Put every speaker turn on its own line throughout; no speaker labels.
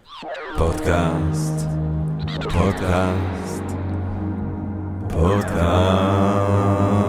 פודקאסט, פודקאסט, פודקאסט.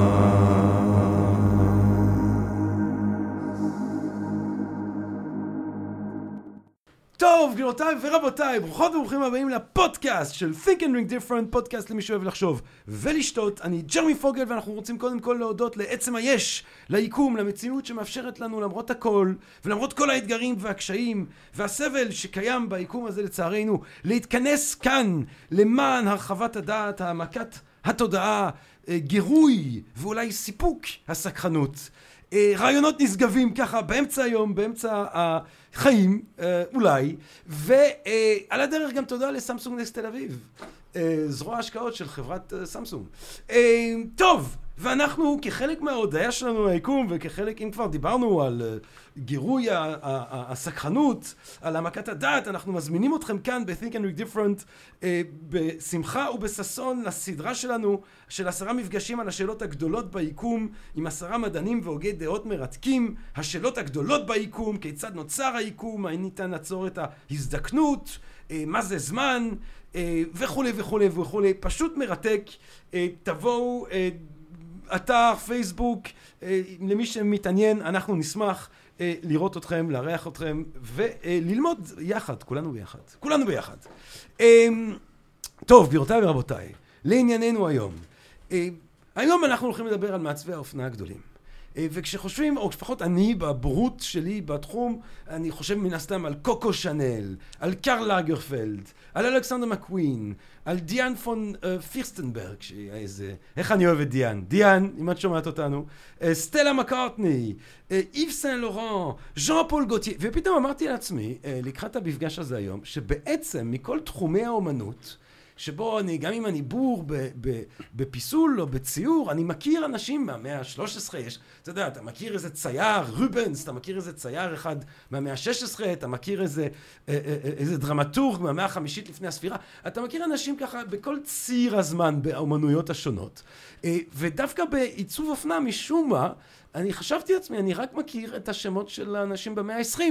טוב, גבירותיי ורבותיי, ברוכות וברוכים הבאים לפודקאסט של Think and Drink Different, פודקאסט למי שאוהב לחשוב ולשתות. אני ג'רמי פוגל, ואנחנו רוצים קודם כל להודות לעצם היש, ליקום, למציאות שמאפשרת לנו למרות הכל, ולמרות כל האתגרים והקשיים והסבל שקיים ביקום הזה לצערנו, להתכנס כאן למען הרחבת הדעת, העמקת התודעה, גירוי ואולי סיפוק הסקרנות. רעיונות נשגבים ככה באמצע היום, באמצע החיים, אולי, ועל הדרך גם תודה לסמסונג נקסט תל אביב, זרוע ההשקעות של חברת סמסונג. טוב, ואנחנו כחלק מההודעה שלנו היקום, וכחלק, אם כבר דיברנו על גירוי הסקרנות, על העמקת הדעת, אנחנו מזמינים אתכם כאן ב-Think and Drink Different, בשמחה ובששון לסדרה שלנו, של 10 מפגשים על השאלות הגדולות ביקום, עם 10 מדענים והוגי דעות מרתקים, השאלות הגדולות ביקום, כיצד נוצר היקום, האם ניתן לעצור את ההזדקנות, מה זה זמן, וכו' וכו' וכו', פשוט מרתק. תבואו, אתר, פייסבוק, למי שמתעניין, אנחנו נשמח לראות אתכם, לארח אתכם וללמוד יחד, כולנו ביחד. כולנו ביחד. טוב, גבירותיי ורבותיי, לענייננו היום. היום אנחנו הולכים לדבר על מעצבי האופנה הגדולים. וכשחושבים, או לפחות אני בבורות שלי בתחום, אני חושב מן הסתם על קוקו שנל, על קרל לגרפלד, על אלכסנדר מקווין, על דיאן פון פירסטנברג, שהיא איזה, איך אני אוהב את דיאן? דיאן, אם את שומעת אותנו, סטלה מקארטני, איב סן לורן, ז'אן פול גוטייה, ופתאום אמרתי לעצמי, לקראת המפגש הזה היום, שבעצם מכל תחומי האומנות, שבו אני, גם אם אני בור בפיסול או בציור, אני מכיר אנשים מהמאה ה-13, אתה יודע, אתה מכיר איזה צייר, רובנס, אתה מכיר איזה צייר אחד מהמאה ה-16, אתה מכיר איזה דרמטורג מהמאה ה-5 לפני הספירה, אתה מכיר אנשים ככה בכל ציר הזמן באומנויות השונות. ודווקא בעיצוב אופנה, משום מה, אני חשבתי לעצמי, אני רק מכיר את השמות של האנשים במאה ה-20,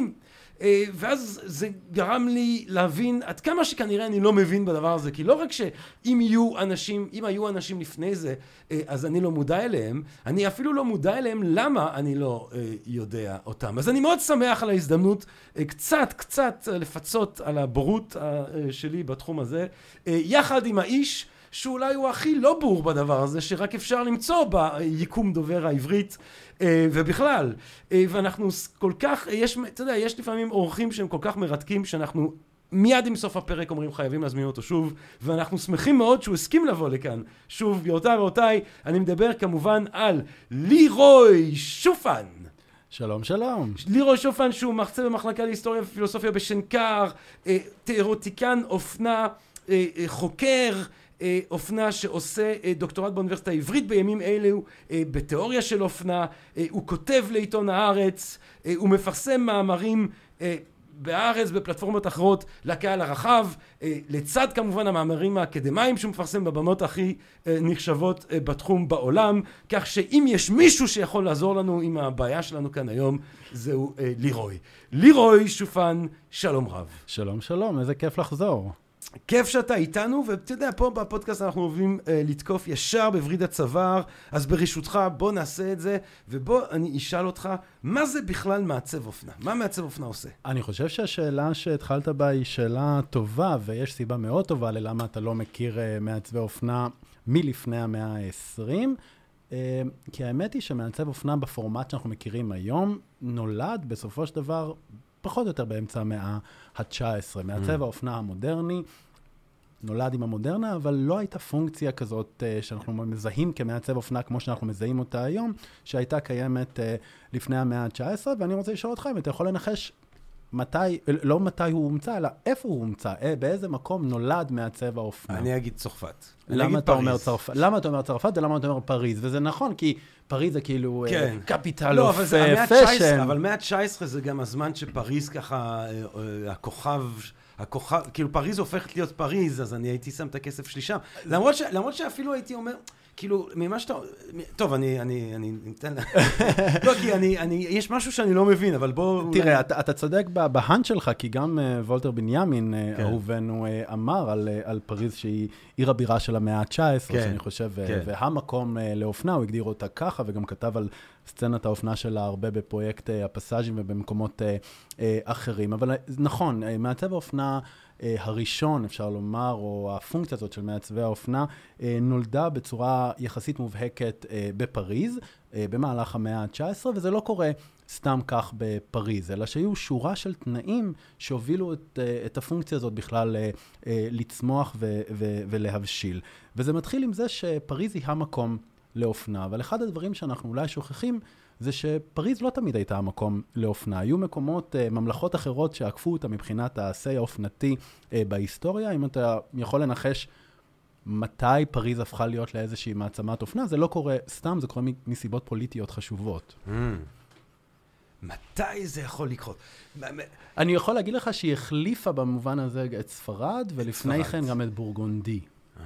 ואז זה גרם לי להבין עד כמה שכנראה אני לא מבין בדבר הזה, כי לא רק שאם היו אנשים לפני זה, אז אני לא מודע אליהם, אני אפילו לא מודע אליהם למה אני לא יודע אותם. אז אני מאוד שמח על ההזדמנות קצת לפצות על הבורות שלי בתחום הזה, יחד עם האיש שאולי הוא הכי לא בור בדבר הזה, שרק אפשר למצוא ביקום דובר העברית ובכלל. ואנחנו כל כך, אתה יודע, יש לפעמים אורחים שהם כל כך מרתקים, שאנחנו מיד עם סוף הפרק אומרים חייבים להזמין אותו שוב, ואנחנו שמחים מאוד שהוא הסכים לבוא לכאן. שוב, גבירותיי, אני מדבר כמובן על לירוי שופן.
שלום, שלום.
לירוי שופן שהוא מרצה במחלקה להיסטוריה ופילוסופיה בשנקר, תיאורטיקן אופנה, חוקר, אופנה שעושה דוקטורט באוניברסיטה העברית בימים אלו בתיאוריה של אופנה, הוא כותב לעיתון הארץ, הוא מפרסם מאמרים בארץ, בפלטפורמות אחרות לקהל הרחב, לצד כמובן המאמרים האקדמיים שהוא מפרסם בבמות הכי נחשבות בתחום בעולם, כך שאם יש מישהו שיכול לעזור לנו עם הבעיה שלנו כאן היום, זהו לירוי. לירוי שופן, שלום רב.
שלום, שלום, איזה כיף לחזור.
כיף שאתה איתנו, ואתה יודע, פה בפודקאסט אנחנו אוהבים לתקוף ישר בווריד הצוואר, אז ברשותך בוא נעשה את זה, ובוא אני אשאל אותך, מה זה בכלל מעצב אופנה? מה מעצב אופנה עושה?
אני חושב שהשאלה שהתחלת בה היא שאלה טובה, ויש סיבה מאוד טובה ללמה אתה לא מכיר מעצבי אופנה מלפני המאה ה-20, כי האמת היא שמעצב אופנה בפורמט שאנחנו מכירים היום, נולד בסופו של דבר פחות או יותר באמצע המאה ה-19. מעצב האופנה המודרני נולד עם המודרנה, אבל לא הייתה פונקציה כזאת שאנחנו מזהים כמעצב אופנה כמו שאנחנו מזהים אותה היום, שהייתה קיימת לפני המאה ה-19, ואני רוצה לשאול אותך אם אתה יכול לנחש מתי, לא מתי הוא הומצא, אלא איפה הוא הומצא, באיזה מקום נולד מעצב האופנה.
אני אגיד צרפת.
למה אתה אומר צרפת? למה אתה אומר צרפת ולמה אתה אומר פריז? וזה נכון, כי פריז זה כאילו קפיטל אוף פשן.
אבל מאה ה-19 זה גם הזמן שפריז ככה, הכוכב, כאילו פריז הופכת להיות פריז, אז אני הייתי שם את הכסף שלי שם. למרות שאפילו הייתי אומר, כאילו, ממה שאתה... טוב, אני ניתן... לא, כי יש משהו שאני לא מבין, אבל בוא...
תראה, אתה צודק בהאנט שלך, כי גם וולטר בנימין, אהובנו, אמר על פריז שהיא עיר הבירה של המאה ה-19, שאני חושב, והמקום לאופנה, הוא הגדיר אותה ככה, וגם כתב על סצנת האופנה שלה הרבה בפרויקט הפסאז'ים ובמקומות אחרים. אבל נכון, מעצב האופנה הראשון, אפשר לומר, או הפונקציה הזאת של מעצבי האופנה, נולדה בצורה יחסית מובהקת בפריז, במהלך המאה ה-19, וזה לא קורה סתם כך בפריז, אלא שהיו שורה של תנאים שהובילו את הפונקציה הזאת בכלל לצמוח ולהבשיל. וזה מתחיל עם זה שפריז היא המקום לאופנה, אבל אחד הדברים שאנחנו אולי שוכחים, זה שפריז לא תמיד הייתה המקום לאופנה. היו מקומות, ממלכות אחרות שעקפו אותה מבחינת העשי האופנתי בהיסטוריה. אם אתה יכול לנחש מתי פריז הפכה להיות לאיזושהי מעצמת אופנה, זה לא קורה סתם, זה קורה מסיבות פוליטיות חשובות.
מתי זה יכול לקרות?
אני יכול להגיד לך שהיא החליפה במובן הזה את ספרד, ולפני כן גם את בורגונדי.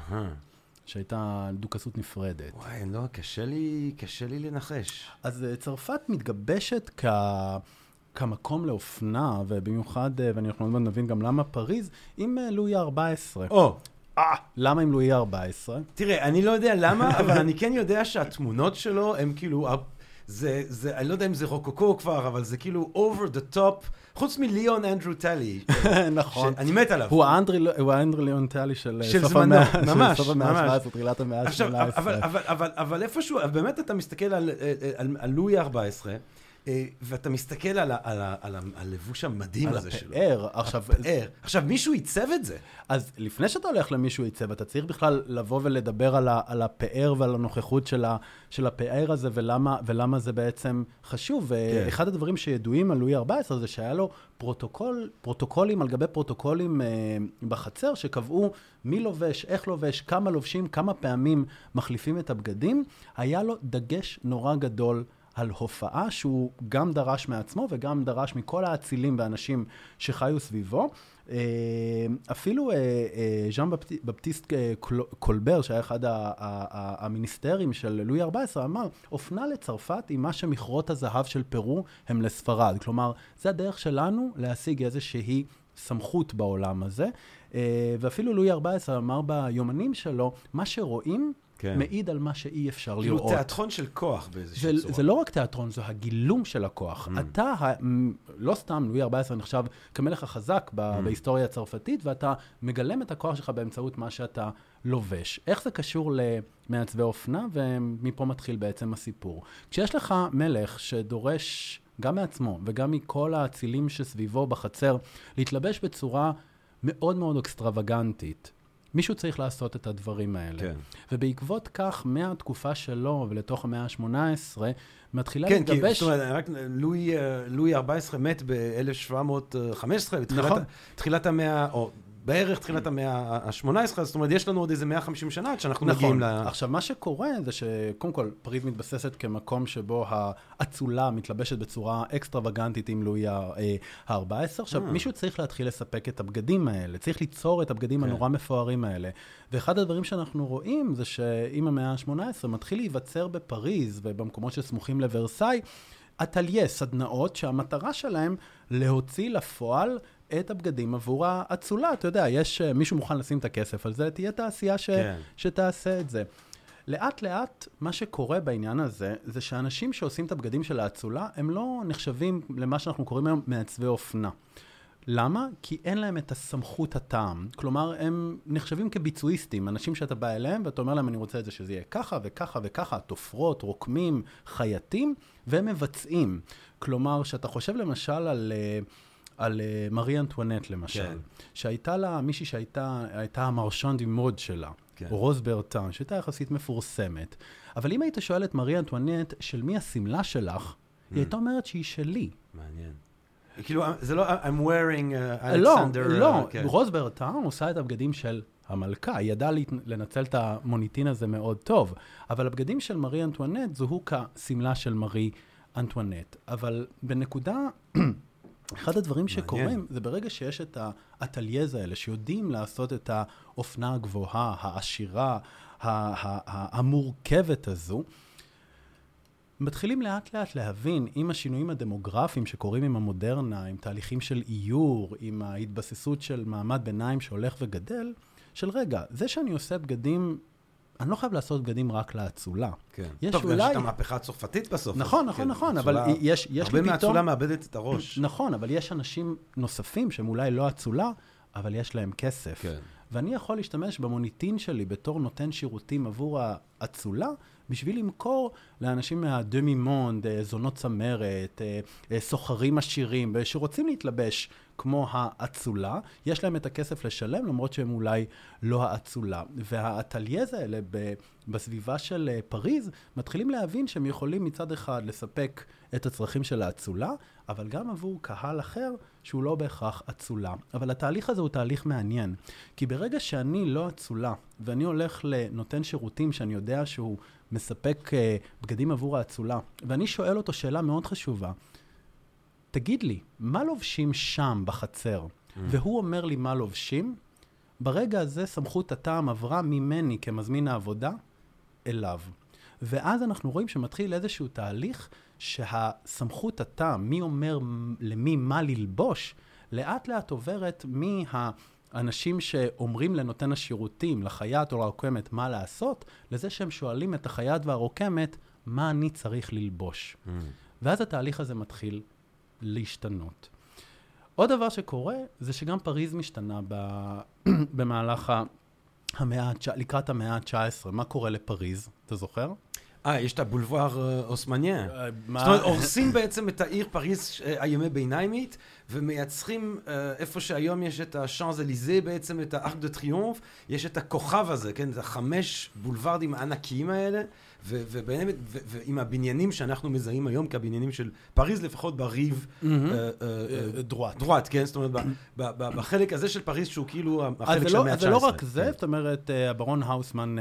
שהייתה דוכסות נפרדת.
וואי, לא, קשה לי לנחש.
אז צרפת מתגבשת כמקום לאופנה, ובמיוחד, ואנחנו נבין גם למה פריז, עם לואי ה-14. למה עם לואי ה-14?
תראה, אני לא יודע למה, אבל אני כן יודע שהתמונות שלו הם כאילו, אני לא יודע אם זה רוקוקו כבר, אבל זה כאילו over the top, חוץ מיליון אנדרו טלי.
נכון.
אני מת עליו.
הוא האנדרו ליאון טלי של
סוף המאה
ה-17, תחילת המאה ה-18.
אבל איפשהו, באמת אתה מסתכל על לואי ה-14, ואתה מסתכל על הלבוש המדהים הזה שלו.
על הפאר.
עכשיו, מישהו ייצב את זה.
אז לפני שאתה הולך למישהו ייצב, אתה צריך בכלל לבוא ולדבר על הפאר ועל הנוכחות של הפאר הזה, ולמה זה בעצם חשוב. ואחד הדברים שידועים על לואי ה-14 זה שהיה לו פרוטוקולים על גבי פרוטוקולים בחצר, שקבעו מי לובש, איך לובש, כמה לובשים, כמה פעמים מחליפים את הבגדים. היה לו דגש נורא גדול על הופעה שהוא גם דרש מעצמו וגם דרש מכל האצילים ואנשים שחיו סביבו. אפילו ז'אן בפטיסט קולבר, שהיה אחד המיניסטרים של לואי ה-14, אמר, אופנה לצרפת היא מה שמכרות הזהב של פרו הם לספרד. כלומר, זה הדרך שלנו להשיג איזושהי סמכות בעולם הזה. ואפילו לואי ה-14 אמר ביומנים שלו, מה שרואים מעיד על מה שאי אפשר לראות.
כאילו תיאטרון של כוח באיזושהי צורה.
זה לא רק תיאטרון, זה הגילום של הכוח. אתה, לא סתם, לואי ה-14 נחשב כמלך החזק בהיסטוריה הצרפתית, ואתה מגלם את הכוח שלך באמצעות מה שאתה לובש. איך זה קשור למעצבי אופנה, ומפה מתחיל בעצם הסיפור. כשיש לך מלך שדורש גם מעצמו וגם מכל האצילים שסביבו בחצר, להתלבש בצורה מאוד מאוד אקסטרווגנטית, מישהו צריך לעשות את הדברים האלה. כן. ובעקבות כך, מהתקופה שלו ולתוך המאה ה-18, מתחילה להתגבש... כן, כי זאת אומרת,
רק לואי ה-14 מת ב-1715, תחילת המאה, או בערך תחילת המאה ה-18, זאת אומרת, יש לנו עוד איזה 150 שנה עד שאנחנו מגיעים ל...
עכשיו, מה שקורה זה שקודם כל, פריז מתבססת כמקום שבו האצולה מתלבשת בצורה אקסטרווגנטית עם לואי ה-14. עכשיו, מישהו צריך להתחיל לספק את הבגדים האלה, צריך ליצור את הבגדים הנורא מפוארים האלה. ואחד הדברים שאנחנו רואים זה שעם המאה ה-18 מתחיל להיווצר בפריז ובמקומות שסמוכים לוורסאי, אטליה, סדנאות שהמטרה שלהם להוציא לפועל את הבגדים עבור האצולה. אתה יודע, יש מישהו מוכן לשים את הכסף על זה, תהיה תעשייה שתעשה את זה. לאט לאט, מה שקורה בעניין הזה, זה שאנשים שעושים את הבגדים של האצולה, הם לא נחשבים למה שאנחנו קוראים היום מעצבי אופנה. למה? כי אין להם את הסמכות הטעם. כלומר, הם נחשבים כביצועיסטים, אנשים שאתה בא אליהם ואתה אומר להם, אני רוצה את זה שזה יהיה ככה וככה וככה, תופרות, רוקמים, חייטים, והם מבצעים. כלומר, שאתה חושב למשל על מארי אנטואנט למשל, שהייתה לה מישהי שהייתה המרשנד די מוד שלה, או רוז ברטן, שהייתה יחסית מפורסמת. אבל אם היית שואל את מארי אנטואנט, של מי הסמלה שלך, היא הייתה אומרת שהיא שלי.
מעניין. כאילו, זה לא, I'm wearing Alexander...
לא, רוז ברטן עושה את הבגדים של המלכה, היא ידעה לנצל את המוניטין הזה מאוד טוב, אבל הבגדים של מארי אנטואנט זוהו כסמלה של מארי אנטואנט. אבל בנקודה אחד הדברים שקורים, זה ברגע שיש את האטליאז האלה, שיודעים לעשות את האופנה הגבוהה, העשירה, המורכבת הזו, מתחילים לאט לאט להבין עם השינויים הדמוגרפיים שקורים עם המודרנה, עם תהליכים של איור, עם ההתבססות של מעמד ביניים שהולך וגדל, של רגע, זה שאני עושה בגדים, אני לא חייב לעשות בגדים רק לאצולה.
כן. טוב, יש את המהפכה הצרפתית בסוף.
נכון, אבל יש לי פתאום...
הרבה מהאצולה מאבדת את הראש.
נכון, אבל יש אנשים נוספים שהם אולי לא אצולה, אבל יש להם כסף.
כן.
ואני יכול להשתמש במוניטין שלי בתור נותן שירותים עבור האצולה, בשביל למכור לאנשים מהדמי מונד, זונות צמרת, סוחרים עשירים, שרוצים להתלבש כמו האצולה, יש להם את הכסף לשלם, למרות שהם אולי לא האצולה. והאטליאז האלה בסביבה של פריז, מתחילים להבין שהם יכולים מצד אחד לספק את הצרכים של האצולה, אבל גם עבור קהל אחר שהוא לא בהכרח אצולה. אבל התהליך הזה הוא תהליך מעניין, כי ברגע שאני לא אצולה, ואני הולך לנותן שירותים שאני יודע שהוא מספק בגדים עבור האצולה, ואני שואל אותו שאלה מאוד חשובה, תגיד לי, מה לובשים שם בחצר? והוא אומר לי מה לובשים, ברגע הזה סמכות הטעם עברה ממני כמזמין העבודה אליו. ואז אנחנו רואים שמתחיל איזשהו תהליך שהסמכות הטעם, מי אומר למי מה ללבוש, לאט לאט עוברת מהאנשים שאומרים לנותן השירותים, לחייט או לרוקמת מה לעשות, לזה שהם שואלים את החייט והרוקמת מה אני צריך ללבוש. ואז התהליך הזה מתחיל להשתנות. עוד דבר שקורה זה שגם פריז משתנה במהלך לקראת המאה ה-19. מה קורה לפריז? אתה זוכר?
יש את הבולוואר אוסמניה. זאת אומרת, הורסים בעצם את העיר פריז הימי ביניימית, ומייצרים איפה שהיום יש את השאנז-אליזה, בעצם את הארק דה טריומף, יש את הכוכב הזה, כן? את 5 בולווארדים הענקיים האלה, ועם הבניינים שאנחנו מזהים היום כבניינים של פריז, לפחות בריב דרואט, כן? זאת אומרת, בחלק הזה של פריז, שהוא כאילו החלק של המאה ה-19.
אז זה לא רק זה, זאת אומרת, הברון האוסמן,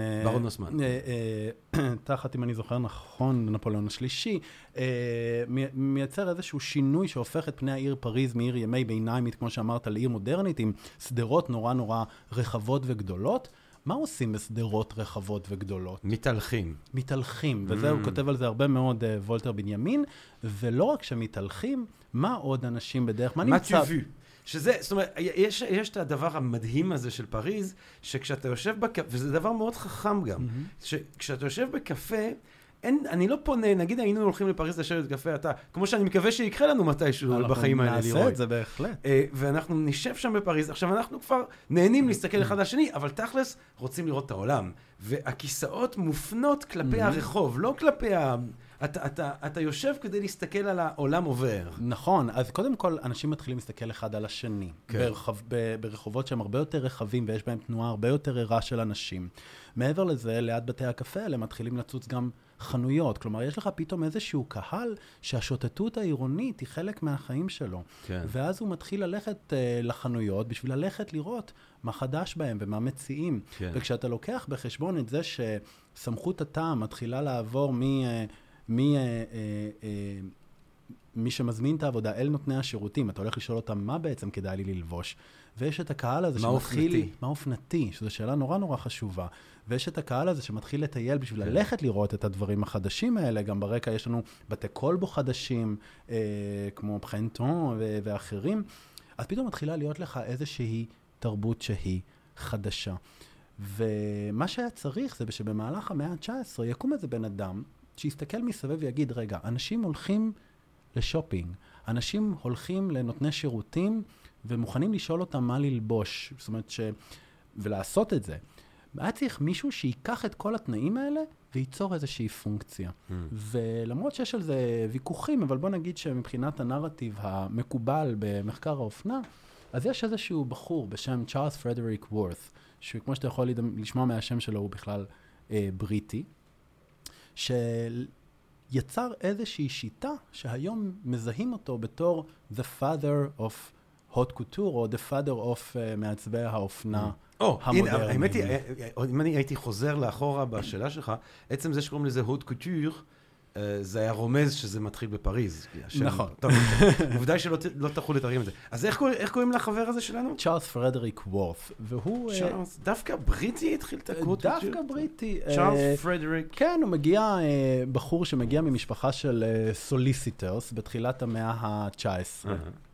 תחת, אם אני זוכר נכון, נפוליאון השלישי, מייצר איזשהו שינוי שהופך את פני העיר פריז מעיר ימי ביניימית, כמו שאמרת, לעיר מודרנית, עם סדרות נורא נורא רחבות וגדולות. מה עושים בסדרות רחבות וגדולות? מתהלכים, וזה הוא כותב על זה הרבה מאוד וולטר בנימין, ולא רק שמתהלכים, מה עוד אנשים בדרך? מה נמצא?
שזה, זאת אומרת, יש את הדבר המדהים הזה של פריז, שכשאתה יושב בקפה, וזה דבר מאוד חכם גם, שכשאתה יושב בקפה, אני לא פונה, נגיד היינו הולכים לפריז לשבת קפה, כמו שאני מקווה שיקרה לנו מתישהו בחיים האלה.
אנחנו נעשה את זה בהחלט.
ואנחנו נשב שם בפריז, עכשיו אנחנו כבר נהנים להסתכל אחד על השני, אבל תכלס רוצים לראות את העולם. והכיסאות מופנות כלפי הרחוב, לא כלפי אתה יושב כדי להסתכל על העולם עובר.
נכון, אז קודם כל אנשים מתחילים להסתכל אחד על השני, ברחובות שהם הרבה יותר רחבים ויש בהם תנועה הרבה יותר ערה של אנשים. מעבר לזה, ליד בתי הקפה האלה מתחילים לצוץ גם חנויות, כלומר יש לך פתאום איזשהו קהל שהשוטטות העירונית היא חלק מהחיים שלו. כן. ואז הוא מתחיל ללכת לחנויות בשביל ללכת לראות מה חדש בהם ומה מציעים. כן. וכשאתה לוקח בחשבון את זה שסמכות הטעם מתחילה לעבור מי שמזמין את העבודה אל נותני השירותים, אתה הולך לשאול אותם מה בעצם כדאי לי ללבוש. ויש את הקהל הזה שמתחיל... מה אופנתי? שזו שאלה נורא נורא חשובה. ויש את הקהל הזה שמתחיל לטייל בשביל ללכת לראות את הדברים החדשים האלה. גם ברקע יש לנו בתי קולבו חדשים, כמו פרנטון ואחרים. אז פתאום מתחילה להיות לך איזושהי תרבות שהיא חדשה. ומה שהיה צריך זה שבמהלך המאה ה-19 יקום איזה בן אדם שיסתכל מסביב ויגיד, רגע, אנשים הולכים לשופינג, אנשים הולכים לנותני שירותים ומוכנים לשאול אותם מה ללבוש, זאת אומרת ולעשות את זה. היה צריך מישהו שיקח את כל התנאים האלה וייצור איזושהי פונקציה. ולמרות שיש על זה ויכוחים, אבל בוא נגיד שמבחינת הנרטיב המקובל במחקר האופנה, אז יש איזשהו בחור בשם צ'ארלס פרדריק וורת', שכמו שאתה יכול לשמוע מהשם שלו, הוא בכלל בריטי, שיצר איזושהי שיטה שהיום מזהים אותו בתור the father of hot couture, או the father of מעצבי האופנה המודרניים.
האמת היא, אם אני הייתי חוזר לאחורה בשאלה שלך, עצם זה שקוראים לזה hot couture, זה היה רומז שזה מתחיל בפריז.
נכון.
עובדה שלא תוכלו לתרגם את זה. אז איך קוראים לחבר הזה שלנו?
צ'ארלס פרדריק וורת', והוא...
דווקא בריטי התחיל את הקוט?
דווקא בריטי.
צ'ארלס פרדריק.
כן, הוא מגיע, בחור שמגיע ממשפחה של סוליסיטרס בתחילת המאה ה-19.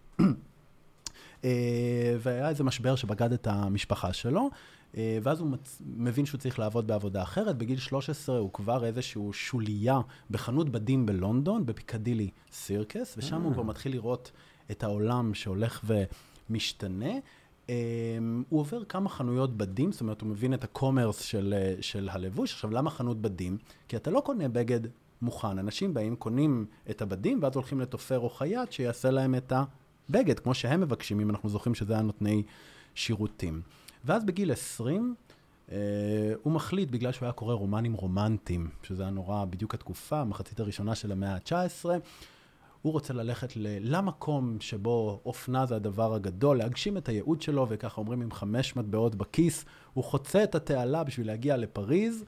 והיה איזה משבר שבגד את המשפחה שלו, ואז הוא מבין שהוא צריך לעבוד בעבודה אחרת. בגיל 13 הוא כבר איזשהו שוליה בחנות בדים בלונדון, בפיקדילי סירקס, ושם הוא כבר מתחיל לראות את העולם שהולך ומשתנה. הוא עובר כמה חנויות בדים, זאת אומרת, הוא מבין את הקומרס של הלבוש. עכשיו, למה חנות בדים? כי אתה לא קונה בגד מוכן. אנשים באים, קונים את הבדים, ואז הולכים לתופר או חייט שיעשה להם את הבגד, כמו שהם מבקשים, אם אנחנו זוכרים שזה היה נותני שירותים. ואז בגיל 20, הוא מחליט, בגלל שהוא היה קורא רומנים רומנטיים, שזה היה נורא בדיוק התקופה, המחצית הראשונה של המאה ה-19, הוא רוצה ללכת למקום שבו אופנה זה הדבר הגדול, להגשים את הייעוד שלו, וככה אומרים עם 5 מטבעות בכיס, הוא חוצה את התעלה בשביל להגיע לפריז,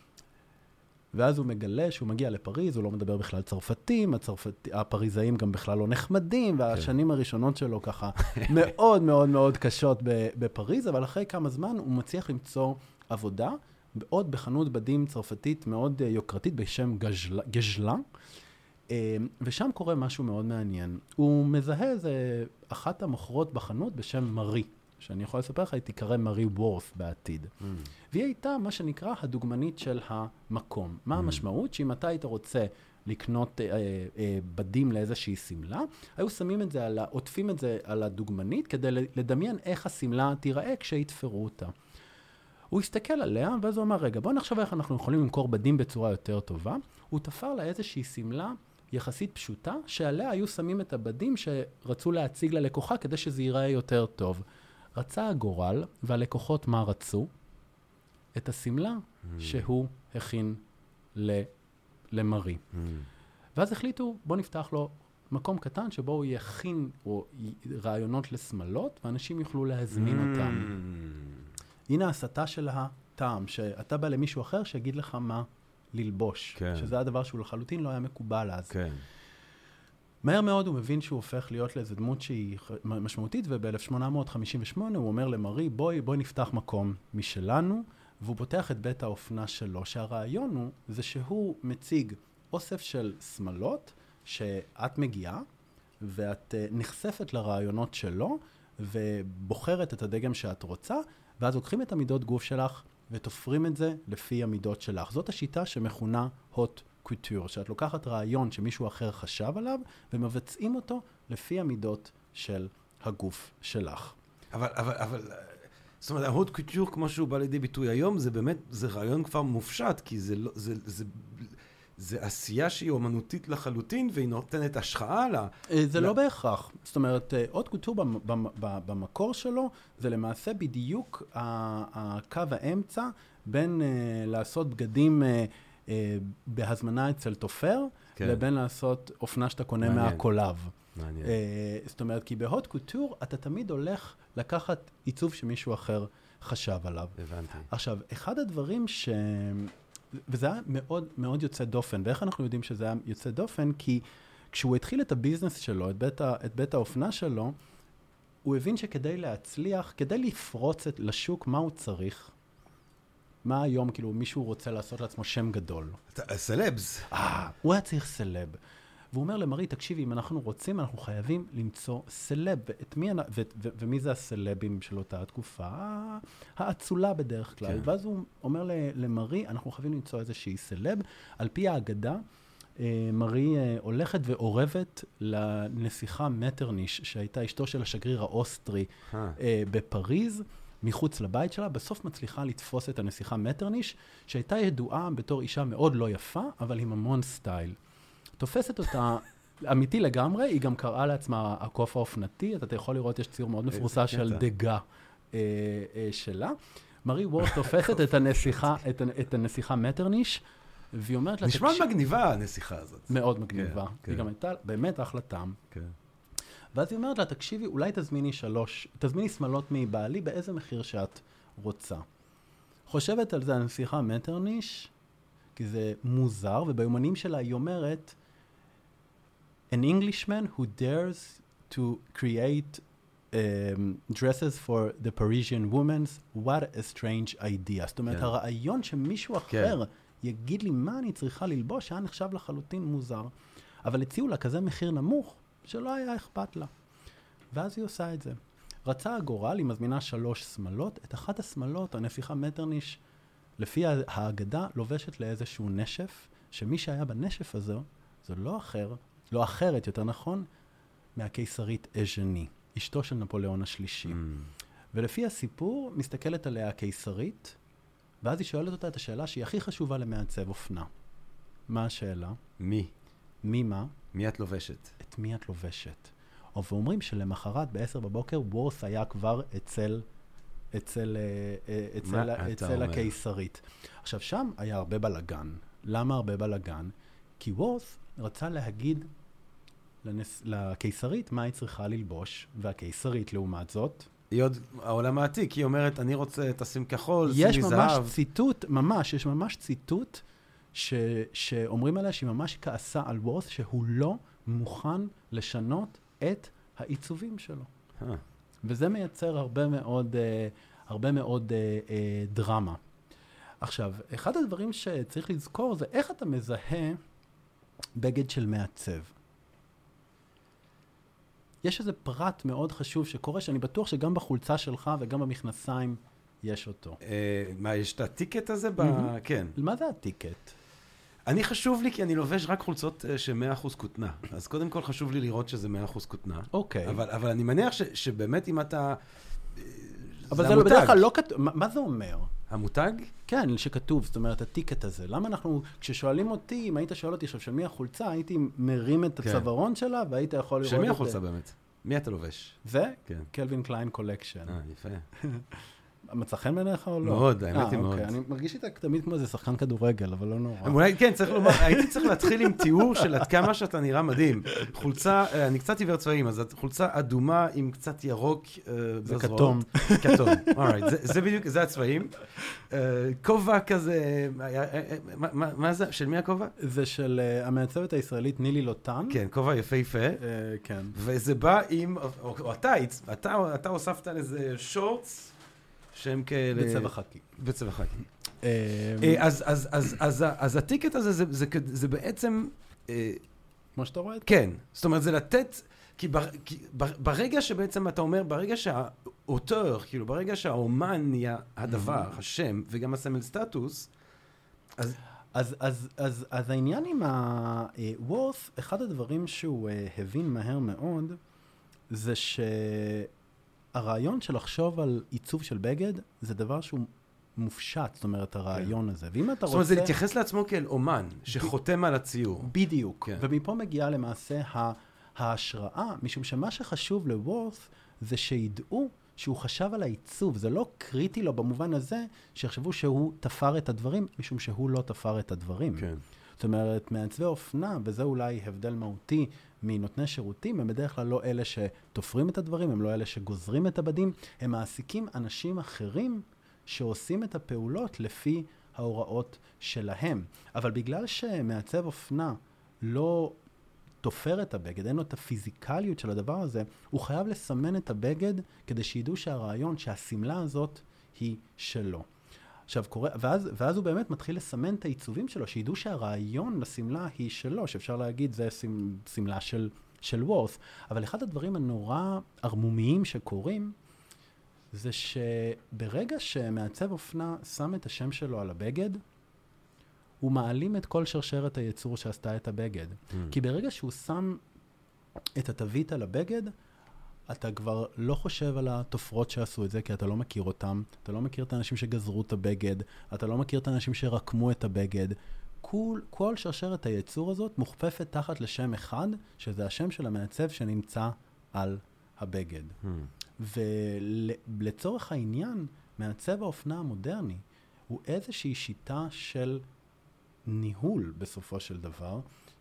ואז הוא מגלה שהוא מגיע לפריז, הוא לא מדבר בכלל צרפתים, הפריזאים גם בכלל לא נחמדים, והשנים הראשונות שלו ככה מאוד מאוד מאוד קשות בפריז, אבל אחרי כמה זמן הוא מצליח למצוא עבודה, עוד בחנות בדים צרפתית מאוד יוקרתית בשם גז'לה, ושם קורה משהו מאוד מעניין. הוא מזהה איזה אחת המוכרות בחנות בשם מרי, שאני יכול לספר לך, היא תיקרא מרי וורת' בעתיד. והיא הייתה מה שנקרא הדוגמנית של המקום. מה המשמעות? שאם אתה היית רוצה לקנות בדים לאיזושהי סמלה, היו שמים את זה, עוטפים את זה על הדוגמנית, כדי לדמיין איך הסמלה תיראה כשיתפרו אותה. הוא הסתכל עליה, ואז הוא אמר, רגע, בוא נחשוב איך אנחנו יכולים למכור בדים בצורה יותר טובה. הוא תפר לה איזושהי סמלה יחסית פשוטה, שעליה היו שמים את הבדים שרצו להציג ללקוחה, כדי שזה ייראה יותר טוב. רצה הגורל, והלקוחות מה רצו? את הסמלה שהוא הכין למרי. ואז החליטו, בוא נפתח לו מקום קטן, שבו הוא יכין רעיונות לסמלות, ואנשים יוכלו להזמין אותם. הנה הסתה של הטעם, שאתה בא למישהו אחר שיגיד לך מה ללבוש, שזה הדבר שהוא לחלוטין לא היה מקובל אז.
כן.
מהר מאוד הוא מבין שהוא הופך להיות לאיזו דמות שהיא משמעותית, וב-1858 הוא אומר למרי, בואי נפתח מקום משלנו, והוא פותח את בית האופנה שלו, שהרעיון הוא זה שהוא מציג אוסף של סמלות, שאת מגיעה, ואת נחשפת לרעיונות שלו, ובוחרת את הדגם שאת רוצה, ואז לוקחים את המידות גוף שלך, ותופרים את זה לפי המידות שלך. זאת השיטה שמכונה hot couture, שאת לוקחת רעיון שמישהו אחר חשב עליו, ומבצעים אותו לפי המידות של הגוף שלך.
אבל, זאת אומרת, ההוט קוטור, כמו שהוא בא לידי ביטוי היום, זה באמת, זה רעיון כבר מופשט, כי זה עשייה שהיא אומנותית לחלוטין, והיא נותנת השחאה לה.
זה לא בהכרח. זאת אומרת, הוט קוטור במקור שלו, זה למעשה בדיוק הקו האמצע, בין לעשות בגדים בהזמנה אצל תופר, לבין לעשות אופנה שאתה קונה מהקולב.
מעניין.
זאת אומרת, כי בהוט קוטור אתה תמיד הולך לקחת עיצוב שמישהו אחר חשב עליו.
הבנתי.
עכשיו, אחד הדברים וזה היה מאוד מאוד יוצא דופן, ואיך אנחנו יודעים שזה היה יוצא דופן? כי כשהוא התחיל את הביזנס שלו, את בית האופנה שלו, הוא הבין שכדי להצליח, כדי לפרוץ לשוק, מה הוא צריך? מה היום, כאילו, מישהו רוצה לעשות לעצמו שם גדול?
סלבס.
הוא היה צריך סלב. והוא אומר למרי, תקשיבי, אם אנחנו רוצים, אנחנו חייבים למצוא סלב. ומי זה הסלבים של אותה התקופה? האצולה בדרך כלל. ואז הוא אומר למרי, אנחנו חייבים למצוא איזושהי סלב. על פי האגדה, מרי הולכת ועורבת לנסיכה מטרניש, שהייתה אשתו של השגריר האוסטרי בפריז, מחוץ לבית שלה, בסוף מצליחה לתפוס את הנסיכה מטרניש, שהייתה ידועה בתור אישה מאוד לא יפה, אבל עם המון סטייל. תופסת אותה אמיתי לגמרי, היא גם קראה לעצמה הקוף האופנתי, אתה יכול לראות, יש ציור מאוד מפורסם של דגה שלה. מרי וורת' תופסת את הנסיכה מטרניש, והיא אומרת לה...
נשמע מגניבה הנסיכה הזאת.
מאוד מגניבה. היא גם הייתה באמת אחלה טעם. ואז היא אומרת לה, תקשיבי, אולי תזמיני שמלות מבעלי באיזה מחיר שאת רוצה. חושבת על זה הנסיכה מטרניש, כי זה מוזר, וביומנים שלה היא אומרת, an Englishman who dares to create dresses for the Parisian women, what a strange idea. זאת אומרת, הרעיון שמישהו אחר יגיד לי מה אני צריכה ללבוש, היה נחשב לחלוטין מוזר. אבל הציעו לה כזה מחיר נמוך, שלא היה אכפת לה. ואז היא עושה את זה. רצה הגורל, היא מזמינה 3 שמלות, את אחת השמלות, הנסיכה מטרניש, לפי ההגדה, לובשת לאיזשהו נשף, שמי שהיה בנשף הזה, זו לא אחרת, יותר נכון, מהקיסרית אז'ני, אשתו של נפוליאון השלישי. ולפי הסיפור, מסתכלת עליה הקיסרית, ואז היא שואלת אותה את השאלה שהיא הכי חשובה למעצב אופנה. מה השאלה?
מי?
מי מה?
מי את לובשת?
את מי את לובשת. ואומרים שלמחרת ב-10 בבוקר, וורס היה כבר אצל הקיסרית. עכשיו, שם היה הרבה בלגן. למה הרבה בלגן? כי וורס רצה להגיד לקיסרית מה היא צריכה ללבוש, והקיסרית לעומת זאת,
היא עוד העולם העתיק, היא אומרת, אני רוצה תשים כחול,
יש
שימי
ממש
זהב.
ציטוט, יש ממש ציטוט שאומרים עליה שהיא ממש כעסה על וורס, שהוא לא מוכן לשנות את העיצובים שלו. וזה מייצר הרבה מאוד דרמה. עכשיו, אחד הדברים שצריך לזכור זה איך אתה מזהה בגד של מעצב. יש איזה פרט מאוד חשוב שקורה, שאני בטוח שגם בחולצה שלך וגם במכנסיים יש אותו.
מה, יש את הטיקט הזה? כן.
מה זה הטיקט?
אני חשוב לי כי אני לובש רק חולצות ש100% כותנה. אז קודם כל חשוב לי לראות שזה 100% כותנה.
אוקיי.
אבל אני מניח שבאמת אם אתה...
אבל זה בדרך כלל לא כתוב. מה זה אומר?
המותג?
כן, שכתוב, זאת אומרת, הטיקט הזה. למה אנחנו, כששואלים אותי, אם היית שואל אותי עכשיו של מי החולצה, הייתי מרים את הצווארון שלה, והיית יכול לראות את זה.
של מי החולצה באמת? מי אתה לובש?
זה?
כן. קלווין
קליין קולקשן.
יפה.
מצא חן בעיניך או לא?
מאוד, האמת היא מאוד.
אני מרגיש איתה תמיד כמו איזה שחקן כדורגל, אבל לא נורא.
אולי כן, צריך לומר, הייתי צריך להתחיל עם תיאור של עד כמה שאתה נראה מדהים. חולצה, אני קצת עיוור צבעים, אז חולצה אדומה עם קצת ירוק בזרועות.
וכתום.
כתום, אורייט, זה בדיוק, זה הצבעים. כובע כזה, מה זה, של מי הכובע?
זה של המעצבת הישראלית נילי לוטן.
כן, כובע יפהפה.
כן.
וזה בא עם, או אתה הוספת לזה שורטס, שהם כאלה...
בצבע חכי.
בצבע חכי. אז הטיקט הזה זה בעצם...
כמו שאתה רואה?
כן. זאת אומרת, זה לתת... כי ברגע שבעצם אתה אומר, ברגע שהאוטור, כאילו, ברגע שהאומן נהיה הדבר, השם, וגם הסמל סטטוס,
אז העניין עם וורס, אחד הדברים שהוא הבין מהר מאוד, זה הרעיון של לחשוב על עיצוב של בגד, זה דבר שהוא מופשט, זאת אומרת, הרעיון הזה. ואם אתה רוצה...
זאת אומרת, זה להתייחס לעצמו כאל אומן, שחותם על הציור.
בדיוק. ומפה מגיעה למעשה ההשראה, משום שמה שחשוב לוורס, זה שידעו שהוא חשב על העיצוב. זה לא קריטי לו במובן הזה, שיחשבו שהוא תפר את הדברים, משום שהוא לא תפר את הדברים.
כן.
זאת אומרת, מעצבי אופנה, וזה אולי הבדל מהותי מנותני שירותים, הם בדרך כלל לא אלה שתופרים את הדברים, הם לא אלה שגוזרים את הבדים, הם מעסיקים אנשים אחרים שעושים את הפעולות לפי ההוראות שלהם. אבל בגלל שמעצב אופנה לא תופר את הבגד, אין לו את הפיזיקליות של הדבר הזה, הוא חייב לסמן את הבגד כדי שידעו שהרעיון, שהסמלה הזאת היא שלו. עכשיו, ואז הוא באמת מתחיל לסמן את העיצובים שלו, שידעו שהרעיון לסמלה היא שלו, שאפשר להגיד זה סמלה של וורס. אבל אחד הדברים הנורא ערמומיים שקורים, זה שברגע שמעצב אופנה שם את השם שלו על הבגד, הוא מעלים את כל שרשרת הייצור שעשתה את הבגד. כי ברגע שהוא שם את התווית על הבגד, אתה כבר לא חושב על התופרות שעשו את זה, כי אתה לא מכיר אותם, אתה לא מכיר את האנשים שגזרו את הבגד, אתה לא מכיר את האנשים שרקמו את הבגד. כל שרשרת הייצור הזאת מוכפפת תחת לשם אחד, שזה השם של המעצב שנמצא על הבגד. ולצורך העניין, מעצב האופנה המודרני, הוא איזושהי שיטה של ניהול בסופו של דבר,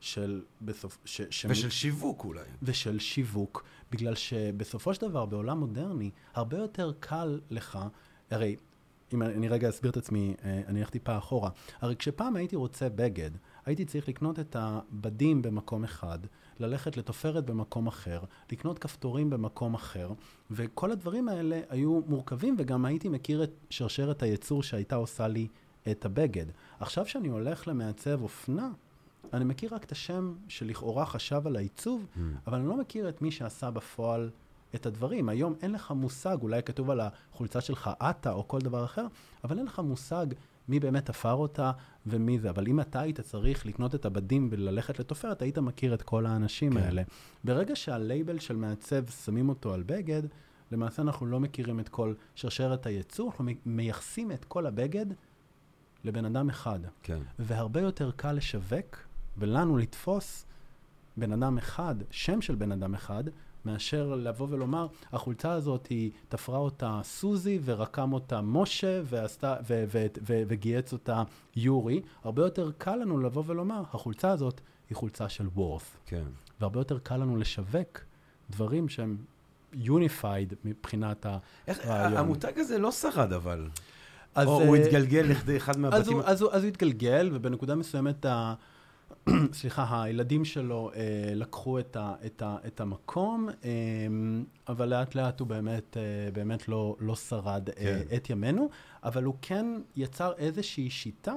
ושל שיווק אולי.
ושל שיווק, בגלל שבסופו של דבר בעולם מודרני, הרבה יותר קל לך, הרי אם אני רגע אסביר את עצמי, אני הולך טיפה אחורה. הרי כשפעם הייתי רוצה בגד, הייתי צריך לקנות את הבדים במקום אחד, ללכת לתופרת במקום אחר, לקנות כפתורים במקום אחר, וכל הדברים האלה היו מורכבים, וגם הייתי מכיר את שרשרת הייצור שהייתה עושה לי את הבגד. עכשיו שאני הולך למעצב אופנה, אני מכיר רק את השם שלכאורה חשב על העיצוב, אבל אני לא מכיר את מי שעשה בפועל את הדברים. היום אין לך מושג, אולי כתוב על החולצה שלך אטה או כל דבר אחר, אבל אין לך מושג מי באמת תפר אותה ומי זה. אבל אם אתה היית צריך לקנות את הבדים וללכת לתופרת, היית מכיר את כל האנשים האלה. ברגע שהלייבל של מעצב שמים אותו על בגד, למעשה אנחנו לא מכירים את כל שרשרת הייצור, אנחנו מייחסים את כל הבגד לבן אדם אחד.
כן.
והרבה יותר קל לשווק ולנו לתפוס בן אדם אחד, שם של בן אדם אחד, מאשר לבוא ולומר, החולצה הזאת היא תפרה אותה סוזי ורקם אותה משה וגייץ אותה יורי. הרבה יותר קל לנו לבוא ולומר, החולצה הזאת היא חולצה של וורף.
כן.
והרבה יותר קל לנו לשווק דברים שהם unified מבחינת הרעיון.
המותג הזה לא שרד אבל. או הוא התגלגל לכדי אחד מהבתים.
אז הוא התגלגל, ובנקודה מסוימת סליחה, הילדים שלו לקחו את המקום, אבל לאט לאט הוא באמת לא שרד את ימינו, אבל הוא כן יצר איזושהי שיטה,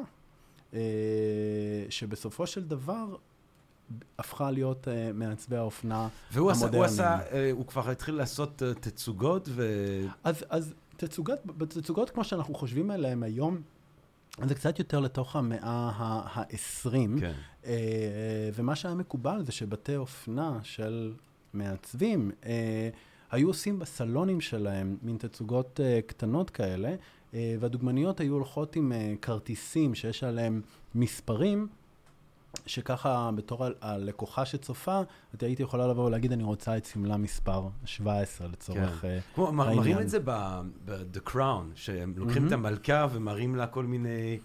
שבסופו של דבר הפכה להיות מעצבי האופנה המודרניים.
הוא כבר התחיל לעשות תצוגות
אז תצוגות כמו שאנחנו חושבים עליהם היום, זה קצת יותר לתוך המאה ה-20,
כן.
ומה שהיה מקובל זה שבתי אופנה של מעצבים היו עושים בסלונים שלהם מין תצוגות קטנות כאלה, והדוגמניות היו הולכות עם כרטיסים שיש עליהם מספרים, שככה בתור הלקוחה שצופה, הייתי יכולה לבוא ולהגיד, אני רוצה את סמלה מספר 17 לצורך העניין.
כמו, מראים את זה ב-The Crown, שהם לוקחים את המלכה ומראים לה כל מיני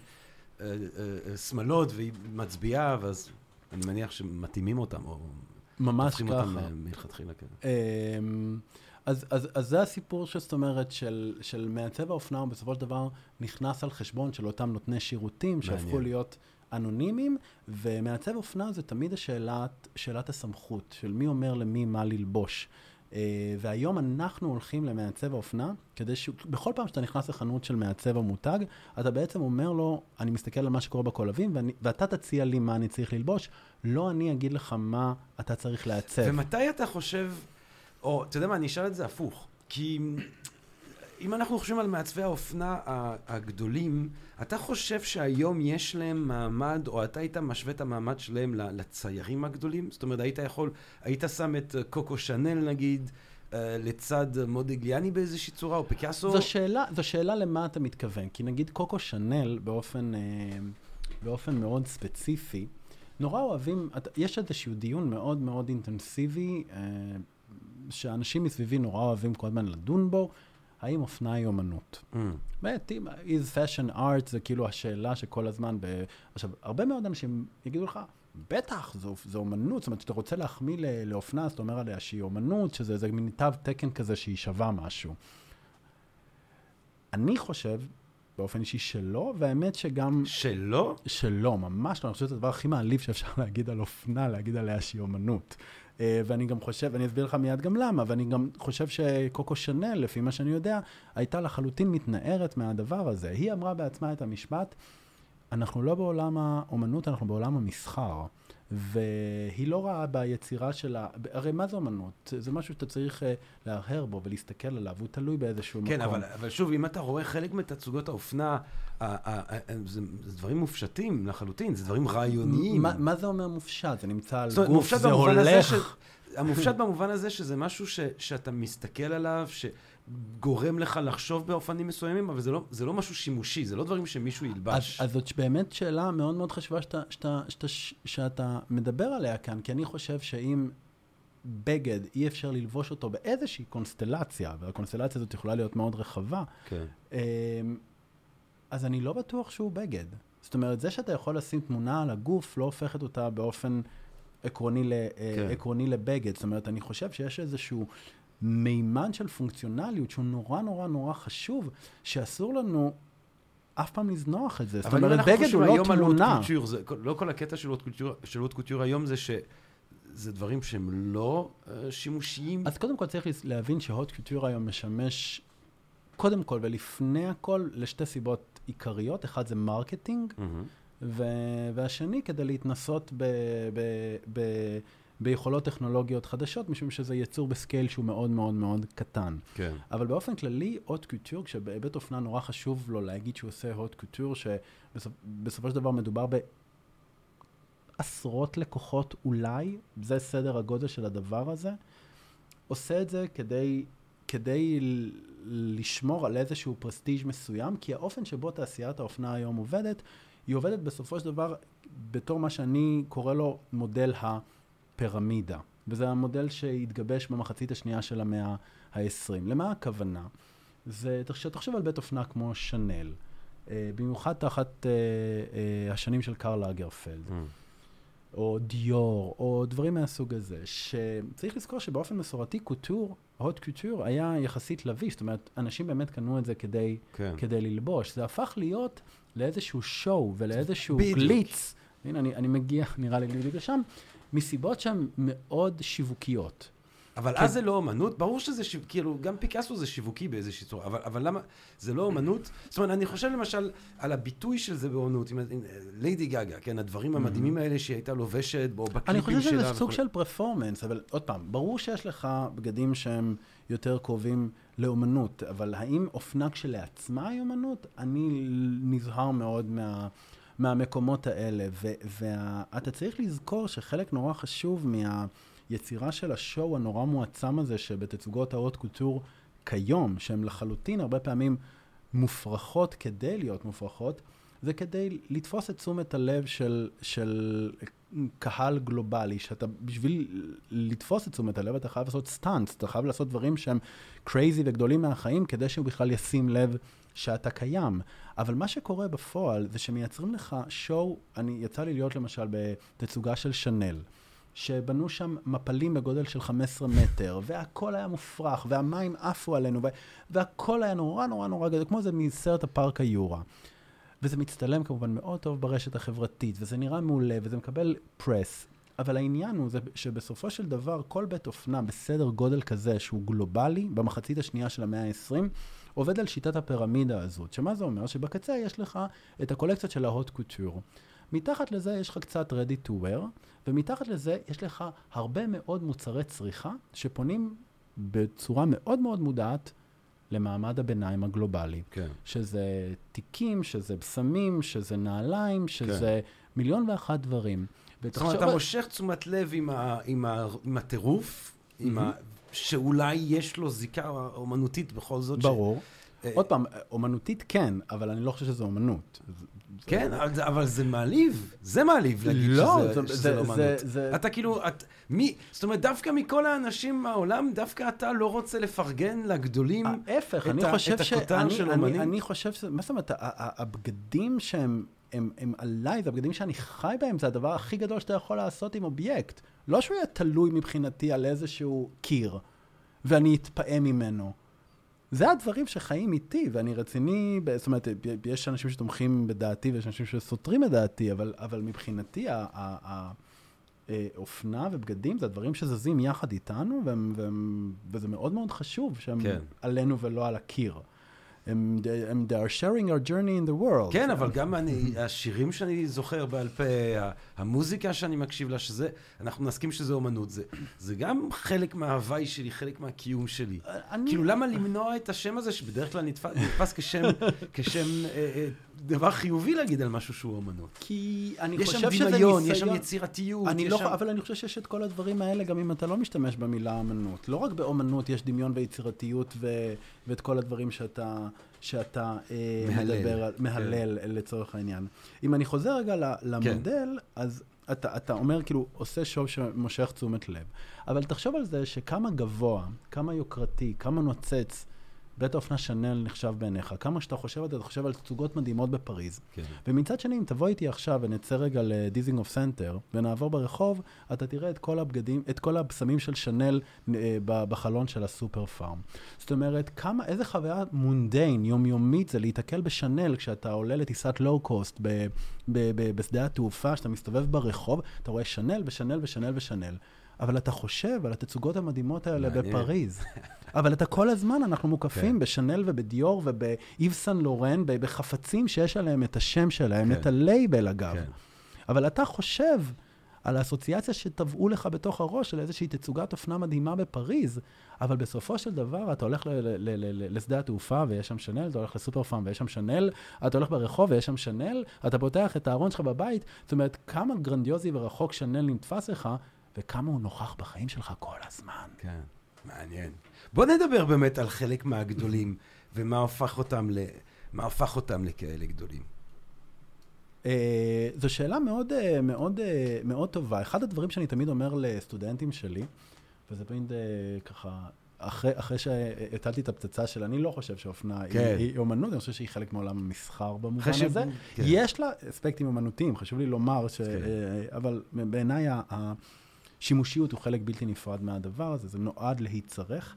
סמלות, והיא מצביעה, ואז אני מניח שמתאימים אותם, או
ממש ככה.
אותם מלכתחילה.
אז זה הסיפור שזאת אומרת של מעצב האופנה, בסופו של דבר נכנס על חשבון של אותם נותני שירותים, שהפכו להיות אנונימיים, ומעצב אופנה זה תמיד שאלת הסמכות, של מי אומר למי מה ללבוש. והיום אנחנו הולכים למעצב האופנה, כדי שבכל פעם שאתה נכנס לחנות של מעצב המותג, אתה בעצם אומר לו, אני מסתכל על מה שקורה בקולבים, ואתה תציע לי מה אני צריך ללבוש, לא אני אגיד לך מה אתה צריך לעצב.
ומתי אתה חושב, או אתה יודע מה, אני אשאל את זה הפוך, כי אם אנחנו חושבים על מעצבי האופנה הגדולים, אתה חושב שהיום יש להם מעמד, או אתה היית משווה את המעמד שלהם לציירים הגדולים? זאת אומרת, היית שם את קוקו שנל נגיד, לצד מודיגליאני באיזושהי צורה, או פיקאסו?
זו שאלה למה אתה מתכוון, כי נגיד קוקו שנל באופן מאוד ספציפי, נורא אוהבים, יש איזשהו דיון מאוד מאוד אינטנסיבי, שאנשים מסביבי נורא אוהבים כל הזמן לדון בו, האם אופנה היא אומנות? is fashion art, זה כאילו השאלה שכל הזמן עכשיו, הרבה מאוד אנשים יגידו לך, בטח, זו אומנות, זאת אומרת, שאתה רוצה להחמיא לאופנה, זאת אומרת עליה שהיא אומנות, שזה מין תו תקן כזה שהיא שווה משהו. אני חושב, באופן אישי שלא, והאמת שגם...
שלא?
שלא, ממש לא. אני חושב שזה הדבר הכי מעליב שאפשר להגיד על אופנה, להגיד עליה שהיא אומנות. ואני גם חושב, ואני אסביר לך מיד גם למה, ואני גם חושב שקוקו שנל, לפי מה שאני יודע, הייתה לחלוטין מתנערת מהדבר הזה. היא אמרה בעצמה את המשפט, אנחנו לא בעולם האומנות, אנחנו בעולם המסחר. והיא לא ראה ביצירה שלה, הרי מה זה אומנות? זה משהו שאתה צריך להרהר בו ולהסתכל עליו, הוא תלוי באיזשהו מקום.
כן, אבל שוב, אם אתה רואה חלק מתצוגות האופנה, זה דברים מופשטים לחלוטין, זה דברים רעיוניים.
מה זה אומר מופשט? זה נמצא על גוף, זה הולך.
המופשט במובן הזה שזה משהו שאתה מסתכל עליו, גורם לך לחשוב באופנים מסוימים, אבל זה לא משהו שימושי, זה לא דברים שמישהו ילבש.
אז זאת באמת שאלה מאוד מאוד חשובה שאתה מדבר עליה כאן, כי אני חושב שאם בגד אי אפשר ללבוש אותו באיזושהי קונסטלציה, והקונסטלציה הזאת יכולה להיות מאוד רחבה, אז אני לא בטוח שהוא בגד. זאת אומרת, זה שאתה יכול לשים תמונה על הגוף, לא הופכת אותה באופן עקרוני לבגד. זאת אומרת, אני חושב שיש איזשהו מימן של פונקציונליות שהוא נורא נורא נורא חשוב, שאסור לנו אף פעם לזנוח את זה. זאת
אבל
אומרת, בגד הוא לא תמונה.
לא כל הקטע של הוט קוטור היום זה זה דברים שהם לא שימושיים.
אז קודם כל צריך להבין שהוט קוטור היום משמש קודם כל ולפני הכל לשתי סיבות עיקריות. אחד זה מרקטינג, והשני כדי להתנסות ביכולות טכנולוגיות חדשות, משום שזה יצור בסקייל שהוא מאוד מאוד מאוד קטן.
כן.
אבל באופן כללי, הוט קוטור, כשבהיבט אופנה נורא חשוב לו להגיד שהוא עושה הוט קוטור, שבסופו של דבר מדובר בעשרות לקוחות אולי, זה סדר הגודל של הדבר הזה, עושה את זה כדי לשמור על איזשהו פרסטיג' מסוים, כי האופן שבו תעשיית האופנה היום עובדת, היא עובדת בסופו של דבר בתור מה שאני קורא לו מודל הפירמידה. וזה המודל שהתגבש במחצית השנייה של המאה ה-20. למה הכוונה? זה, תחשוב על בית אופנה כמו שנל, במיוחד תחת השנים של קרל לגרפלד, או דיור, או דברים מהסוג הזה, שצריך לזכור שבאופן מסורתי קוטור, הוט קוטור היה יחסית לביש, זאת אומרת, אנשים באמת קנו את זה כדי ללבוש. זה הפך להיות לאיזשהו שואו ולאיזשהו גליץ. הנה, אני מגיע, נראה לי בדיוק לשם, מסיבות שהן מאוד שיווקיות.
אבל אז זה לא אומנות, ברור שזה כאילו, גם פיקאסו זה שיווקי באיזושהי צורה, אבל למה זה לא אומנות? זאת אומרת, אני חושב למשל על הביטוי של זה באומנות, ליידי גגה, כן, הדברים המדהימים האלה שהיא הייתה לובשת, או בקליפים שלה.
אני חושב שזה סוג של פרפורמנס, אבל עוד פעם, ברור שיש לך בגדים שהם יותר קרובים לאומנות, אבל האם אופנה כשלעצמה היא אומנות? אני נזהר מאוד מהמקומות האלה, ואתה צריך לזכור שחלק נורא חשוב יצירה של השואו הנורא מועצם הזה שבתצוגות ההוט קוטור כיום, שהן לחלוטין הרבה פעמים מופרכות כדי להיות מופרכות, זה כדי לתפוס את תשומת הלב של קהל גלובלי, שאתה בשביל לתפוס את תשומת הלב אתה חייב לעשות סטאנטס, אתה חייב לעשות דברים שהם קרייזי וגדולים מהחיים כדי שהוא בכלל ישים לב שאתה קיים. אבל מה שקורה בפועל זה שמייצרים לך שואו, יצא לי להיות למשל בתצוגה של שנל, שבנו שם מפלים בגודל של 15 מטר, והכל היה מופרך, והמים עפו עלינו, והכל היה נורא נורא נורא גדול, כמו זה מסרט הפארק היורה. וזה מצטלם כמובן מאוד טוב ברשת החברתית, וזה נראה מעולה, וזה מקבל פרס. אבל העניין הוא שבסופו של דבר, כל בית אופנה בסדר גודל כזה, שהוא גלובלי, במחצית השנייה של המאה ה-20, עובד על שיטת הפירמידה הזאת. שמה זה אומר? שבקצה יש לך את הקולקציות של ההוט קוטור. מתחת לזה יש לך קצת ready to wear, ומתחת לזה יש לך הרבה מאוד מוצרי צריכה שפונים בצורה מאוד מאוד מודעת למעמד הביניים הגלובלי. כן. שזה תיקים, שזה בשמים, שזה נעליים, שזה מיליון ואחת דברים.
זאת אומרת, אתה מושך תשומת לב עם הטירוף, שאולי יש לו זיקה אומנותית בכל זאת.
ברור. עוד פעם, אומנותית כן, אבל אני לא חושב שזה אומנות.
כן, אבל זה מעליב. זה מעליב להגיד שזה לא אומנות. אתה כאילו, זאת אומרת, דווקא מכל האנשים מהעולם, דווקא אתה לא רוצה לפרגן לגדולים
ההפך,
את הכותן של אומנים.
אני חושב, מה זאת אומרת, הבגדים שהם עליי, זה הבגדים שאני חי בהם, זה הדבר הכי גדול שאתה יכול לעשות עם אובייקט. לא שהוא יהיה תלוי מבחינתי על איזשהו קיר, ואני אתפעם ממנו. זה הדברים שחיים איתי, ואני רציני, זאת אומרת, יש אנשים שתומכים בדעתי, ויש אנשים שסותרים את דעתי, אבל מבחינתי, האופנה ובגדים, זה הדברים שזזים יחד איתנו, וזה מאוד מאוד חשוב שהם עלינו ולא על הקיר. They are sharing our journey in the world.
כן, אבל גם השירים שאני זוכר בעל פה, המוזיקה שאני מקשיב לה, שזה, אנחנו נסכים שזה אומנות, זה גם חלק מההוואי שלי, חלק מהקיום שלי. כאילו, למה למנוע את השם הזה, שבדרך כלל נתפס כשם דבר חיובי להגיד על משהו שהוא אומנות?
כי אני
חושב
שזה
ניסיון. יש שם דמיון, יש שם יצירתיות.
אבל אני חושב שיש את כל הדברים האלה, גם אם אתה לא משתמש במילה אמנות. לא רק באומנות יש דמיון ויצירתיות ואת כל הדברים שאתה מהלל לצורך העניין. אם אני חוזר רגע למודל, אז אתה אומר כאילו, עושה שואו שמושך תשומת לב. אבל תחשוב על זה שכמה גבוה, כמה יוקרתי, כמה נוצץ בית האופנה שנל נחשב בעיניך. כמה שאתה חושב, אתה חושב על תצוגות מדהימות בפריז.
כן.
ומצד שני, אם תבוא איתי עכשיו ונצא רגע לדיזינגוף סנטר, ונעבור ברחוב, אתה תראה את כל הבגדים, את כל הבשמים של שנל בחלון של הסופר פארם. זאת אומרת, איזה חוויה מונדיין, יומיומית, זה להתקל בשנל כשאתה עולה לטיסת לואו-קוסט בשדה התעופה, שאתה מסתובב ברחוב, אתה רואה שנל ושנל ושנל ושנל. אבל אתה חושב על התצוגות המדהימות האלה בפריז. אבל אתה כל הזמן, אנחנו מוקפים בשנל ובדיור ובאיב סן לורן, בחפצים שיש עליהם את השם שלהם, את הלייבל אגב. אבל אתה חושב על האסוציאציה שטבעו לך בתוך הראש של איזושהי תצוגת אופנה מדהימה בפריז, אבל בסופו של דבר אתה הולך לשדה התעופה ויש שם שנל, אתה הולך לסופר פארם ויש שם שנל, אתה הולך ברחוב ויש שם שנל, אתה פותח את הארון שלך בבית, זאת אומרת, כמה גרנדיוזי ורחוק שנל נתפס לך, וכמה הוא נוכח בחיים שלך כל הזמן.
כן, מעניין. בוא נדבר באמת על חלק מהגדולים, ומה הפך אותם לכאלה גדולים.
זו שאלה מאוד, מאוד, מאוד טובה. אחד הדברים שאני תמיד אומר לסטודנטים שלי, וזה תמיד ככה, אחרי שהטלתי את הפצצה של, אני לא חושב שאופנה היא אומנות, אני חושב שהיא חלק מעולם המסחר במובן הזה. יש לה אספקטים אומנותיים, חשוב לי לומר, אבל בעיניי השימושיות הוא חלק בלתי נפרד מהדבר הזה, זה נועד להיצרך.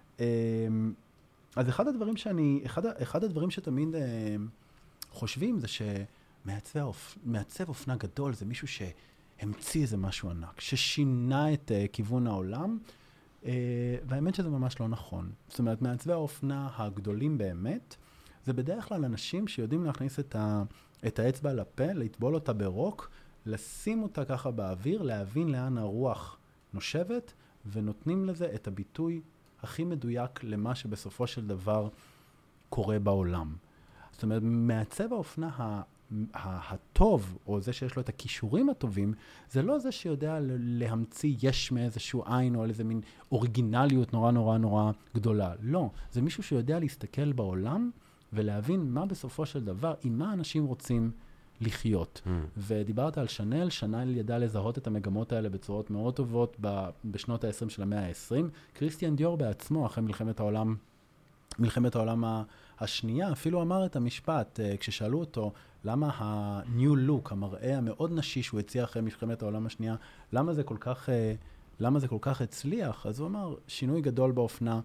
אז אחד הדברים שתמיד חושבים זה שמעצב אופנה גדול זה מישהו שהמציא איזה משהו ענק, ששינה את כיוון העולם, והאמת שזה ממש לא נכון. זאת אומרת, מעצבי האופנה הגדולים באמת, זה בדרך כלל אנשים שיודעים להכניס את האצבע לפה, לטבול אותה ברוק, לשים אותה ככה באוויר, להבין לאן הרוח נושבת, ונותנים לזה את הביטוי הכי מדויק למה שבסופו של דבר קורה בעולם. זאת אומרת, מעצב האופנה הטוב, או זה שיש לו את הכישורים הטובים, זה לא זה שיודע להמציא יש מאיזשהו עין, או על איזה מין אוריגינליות נורא נורא נורא גדולה. לא, זה מישהו שיודע להסתכל בעולם, ולהבין מה בסופו של דבר, עם מה אנשים רוצים לחיות. ודיברת על שנל, שנל ידע לזהות את המגמות האלה בצורות מאוד טובות בשנות ה-20 של המאה ה-20. קריסטיאן דיור בעצמו, אחרי מלחמת העולם השנייה, אפילו אמר את המשפט, כששאלו אותו, למה ה-new look, המראה המאוד נשי שהוא הציע אחרי מלחמת העולם השנייה, למה זה כל כך הצליח? אז הוא אמר, שינוי גדול באופנה,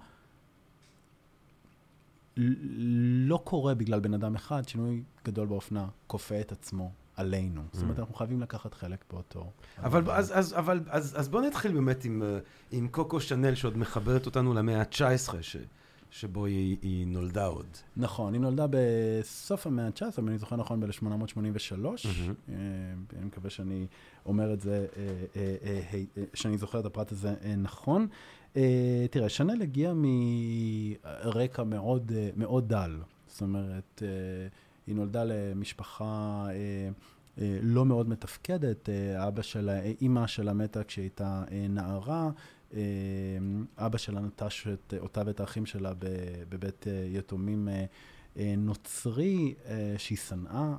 לא קורה בגלל בן אדם אחד, שינוי גדול באופנה כופה את עצמו עלינו. זאת אומרת, אנחנו חייבים לקחת חלק באותו.
אז בוא נתחיל באמת עם קוקו שנל, שעוד מחברת אותנו למאה ה-19, שבו היא נולדה עוד.
נכון, היא נולדה בסוף המאה ה-19, אם אני זוכר נכון, ב-1883. אני מקווה שאני אומר את זה, שאני זוכר את הפרט הזה נכון. תראה, שנל הגיעה מרקע מאוד, מאוד דל. זאת אומרת, היא נולדה למשפחה לא מאוד מתפקדת. אמא שלה מתה כשהייתה נערה. אבא שלה נטש אותה ואת האחים שלה בבית יתומים נוצרי שהיא שנאה.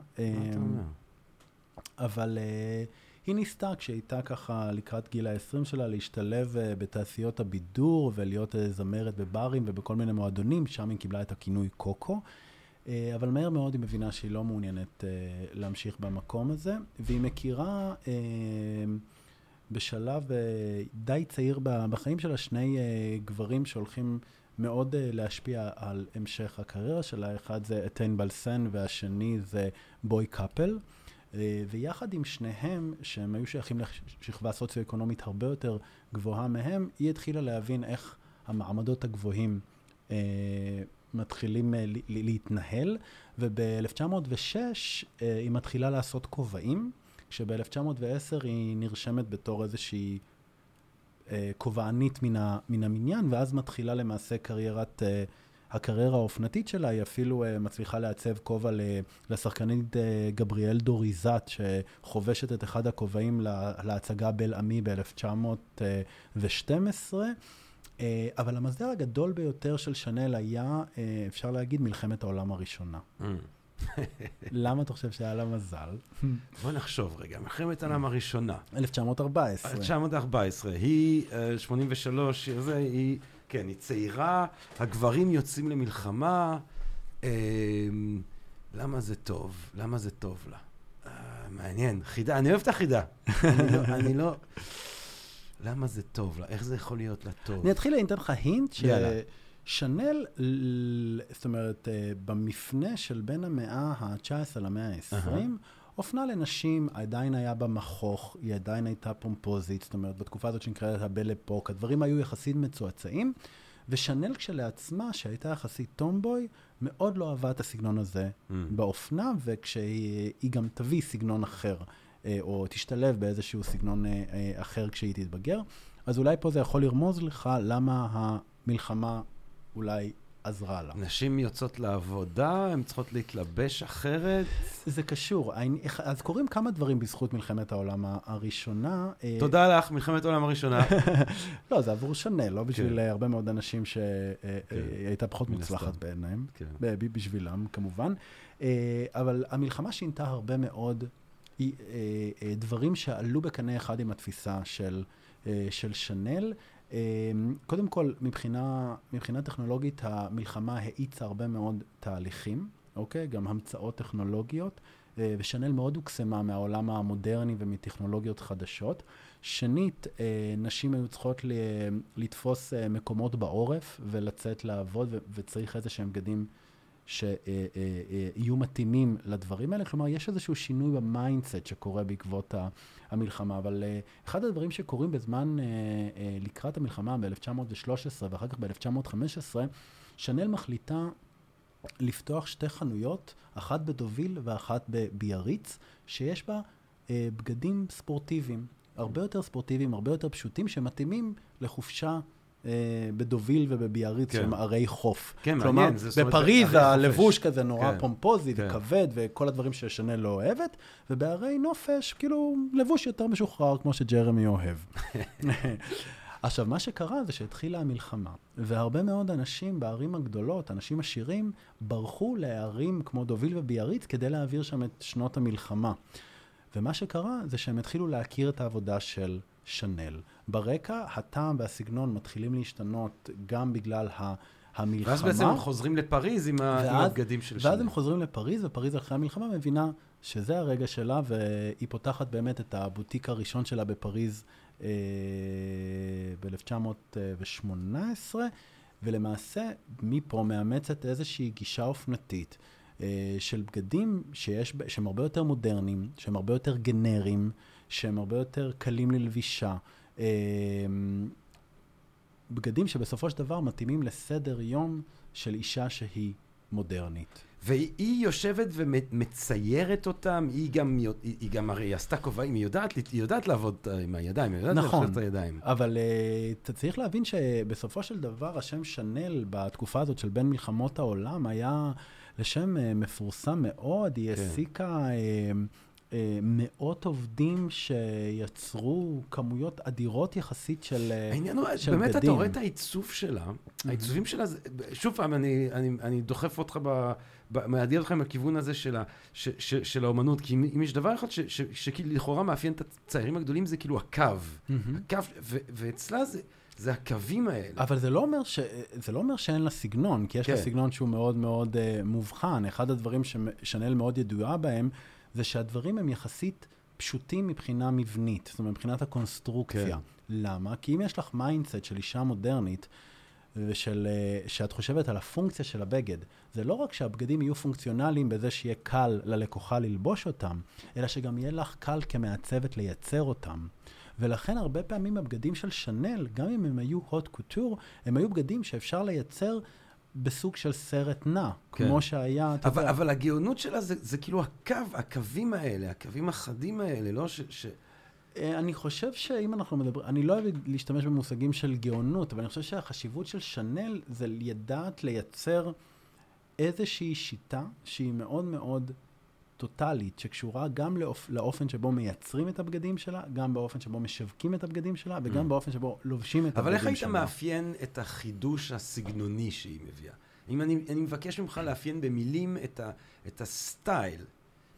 אבל היא ניסתה כשהייתה ככה לקראת גיל ה-20 שלה להשתלב בתעשיות הבידור ולהיות זמרת בברים ובכל מיני מועדונים, שם היא קיבלה את הכינוי קוקו. אבל מהר מאוד היא מבינה שהיא לא מעוניינת להמשיך במקום הזה, והיא מכירה בשלב די צעיר בחיים שלה שני גברים שהולכים מאוד להשפיע על המשך הקריירה שלה. אחד זה אתן בלסן והשני זה בוי קאפל. ויחד עם שניהם, שהם היו שייכים לשכבה סוציו-אקונומית הרבה יותר גבוהה מהם, היא התחילה להבין איך המעמדות הגבוהים מתחילים להתנהל, וב-1906 היא מתחילה לעשות כובעים, כשב-1910 היא נרשמת בתור איזושהי כובענית מן המניין, ואז מתחילה למעשה הקריירה האופנתית שלה. היא אפילו מצליחה לעצב כובע לשחקנית גבריאל דוריזט, שחובשת את אחד הכובעים להצגה בל עמי ב-1912. אבל המסדר הגדול ביותר של שנל היה, אפשר להגיד, מלחמת העולם הראשונה. למה אתה חושב שהיה לה מזל?
בוא נחשוב רגע, מלחמת העולם הראשונה.
1914.
1914, היא 83, היא כן, היא צעירה, הגברים יוצאים למלחמה, למה זה טוב? למה זה טוב לה? מעניין, חידה, אני אוהב את החידה. אני לא... למה זה טוב לה? איך זה יכול להיות לה טוב?
אני אתחיל להינתן לך הינט ששנל, זאת אומרת, במפנה של בין המאה ה-19 למאה ה-20, אופנה לנשים עדיין היה בה מכוך, היא עדיין הייתה פומפוזית, זאת אומרת, בתקופה הזאת שנקראת הבל אפוק, הדברים היו יחסית מצועצעים, ושנל כשלעצמה, שהייתה יחסית טומבוי, מאוד לא אהבה את הסגנון הזה באופנה, וכשהיא גם תביא סגנון אחר, או תשתלב באיזשהו סגנון אחר כשהיא תתבגר, אז אולי פה זה יכול לרמוז לך למה המלחמה אולי עזרה לה.
נשים יוצאות לעבודה, הן צריכות להתלבש אחרת.
זה קשור. אז קוראים כמה דברים בזכות מלחמת העולם הראשונה.
תודה לך, מלחמת העולם הראשונה.
לא, זה עבור שנל, לא בשביל הרבה מאוד אנשים שהייתה פחות מוצלחת בעיניהם. בשבילם, כמובן. אבל המלחמה שינתה הרבה מאוד דברים שעלו בקנה אחד עם התפיסה של שנל. קודם כל, מבחינה טכנולוגית, המלחמה האיצה הרבה מאוד תהליכים, אוקיי? גם המצאות טכנולוגיות, ושנל מאוד הוקסמה מהעולם המודרני ומטכנולוגיות חדשות. שנית, נשים היו צריכות לתפוס מקומות בעורף ולצאת לעבוד, וצריך איזה שהם בגדים שיהיו מתאימים לדברים האלה. כלומר, יש איזשהו שינוי במיינדסט שקורה בעקבות המלחמה, אבל אחד הדברים שקורים בזמן לקראת המלחמה ב-1913 ואחר כך ב-1915, שנל מחליטה לפתוח שתי חנויות, אחת בדוביל ואחת בביאריץ, שיש בה בגדים ספורטיביים, הרבה יותר ספורטיביים, הרבה יותר פשוטים, שמתאימים לחופשה בדוביל ובביאריץ שהם ערי חוף.
כן, מעניין.
בפריז הלבוש כזה נורא פומפוזי וכבד וכל הדברים ששנל לא אוהבת, ובערי נופש, כאילו לבוש יותר משוחרר כמו שג'רמי אוהב. עכשיו, מה שקרה זה שהתחילה המלחמה, והרבה מאוד אנשים בערים הגדולות, אנשים עשירים, ברחו לערים כמו דוביל וביאריץ כדי להעביר שם את שנות המלחמה. ומה שקרה זה שהם התחילו להכיר את העבודה של שנל. ברקע, הטעם והסגנון מתחילים להשתנות גם בגלל המלחמה.
ואז בעצם הם חוזרים לפריז עם הבגדים של שנל.
ואז הם חוזרים לפריז, ופריז אחרי המלחמה מבינה שזה הרגע שלה, והיא פותחת באמת את הבוטיק הראשון שלה בפריז ב-1918, ולמעשה מפה מאמצת איזושהי גישה אופנתית של בגדים שהם הרבה יותר מודרניים, שהם הרבה יותר גנריים, שהם הרבה יותר קלים ללבישה. בגדים שבסופו של דבר מתאימים לסדר יום של אישה שהיא מודרנית.
והיא יושבת ומציירת אותם, היא גם הרי עשתה כובעים, היא יודעת לעבוד עם הידיים, היא יודעת לעשות את הידיים.
אבל צריך להבין שבסופו של דבר השם שנל בתקופה הזאת של בין מלחמות העולם היה לשם מפורסם מאוד, היא העסיקה מאות עובדים שיצרו כמויות אדירות יחסית של בגדים.
העניין הוא, באמת אתה רואה את העיצוב שלה, העיצובים שלה, שוב פעם, אני דוחף אותך, מעדיע אותך עם הכיוון הזה של האומנות, כי אם יש דבר אחד שלכאורה מאפיין את הציירים הגדולים, זה כאילו הקו, ואצלה זה הקווים האלה.
אבל זה לא אומר שאין לה סגנון, כי יש לה סגנון שהוא מאוד מאוד מובחן. אחד הדברים ששנל מאוד ידועה בהם, זה שהדברים הם יחסית פשוטים מבחינה מבנית, זאת אומרת, מבחינת הקונסטרוקציה. למה? כי אם יש לך מיינדסט של אישה מודרנית, שאת חושבת על הפונקציה של הבגד, זה לא רק שהבגדים יהיו פונקציונליים בזה שיהיה קל ללקוחה ללבוש אותם, אלא שגם יהיה לך קל כמעצבת לייצר אותם. ולכן הרבה פעמים הבגדים של שנל, גם אם הם היו הוט קוטור, הם היו בגדים שאפשר לייצר בסוג של סרט נע, כמו שהיה...
אבל הגאונות שלה זה כאילו הקווים האלה, הקווים החדים האלה, לא
אני חושב שאם אנחנו מדברים, אני לא אוהב להשתמש במושגים של גאונות, אבל אני חושב שהחשיבות של שנל זה לדעת לייצר איזושהי שיטה שהיא מאוד מאוד טוטלית, שקשורה גם לאופן שבו מייצרים את הבגדים שלה, גם באופן שבו משווקים את הבגדים שלה, וגם באופן שבו לובשים את הבגדים שלה.
אבל איך היית מאפיין את החידוש הסגנוני שהיא מביאה? אם אני מבקש ממך לאפיין במילים את הסטייל,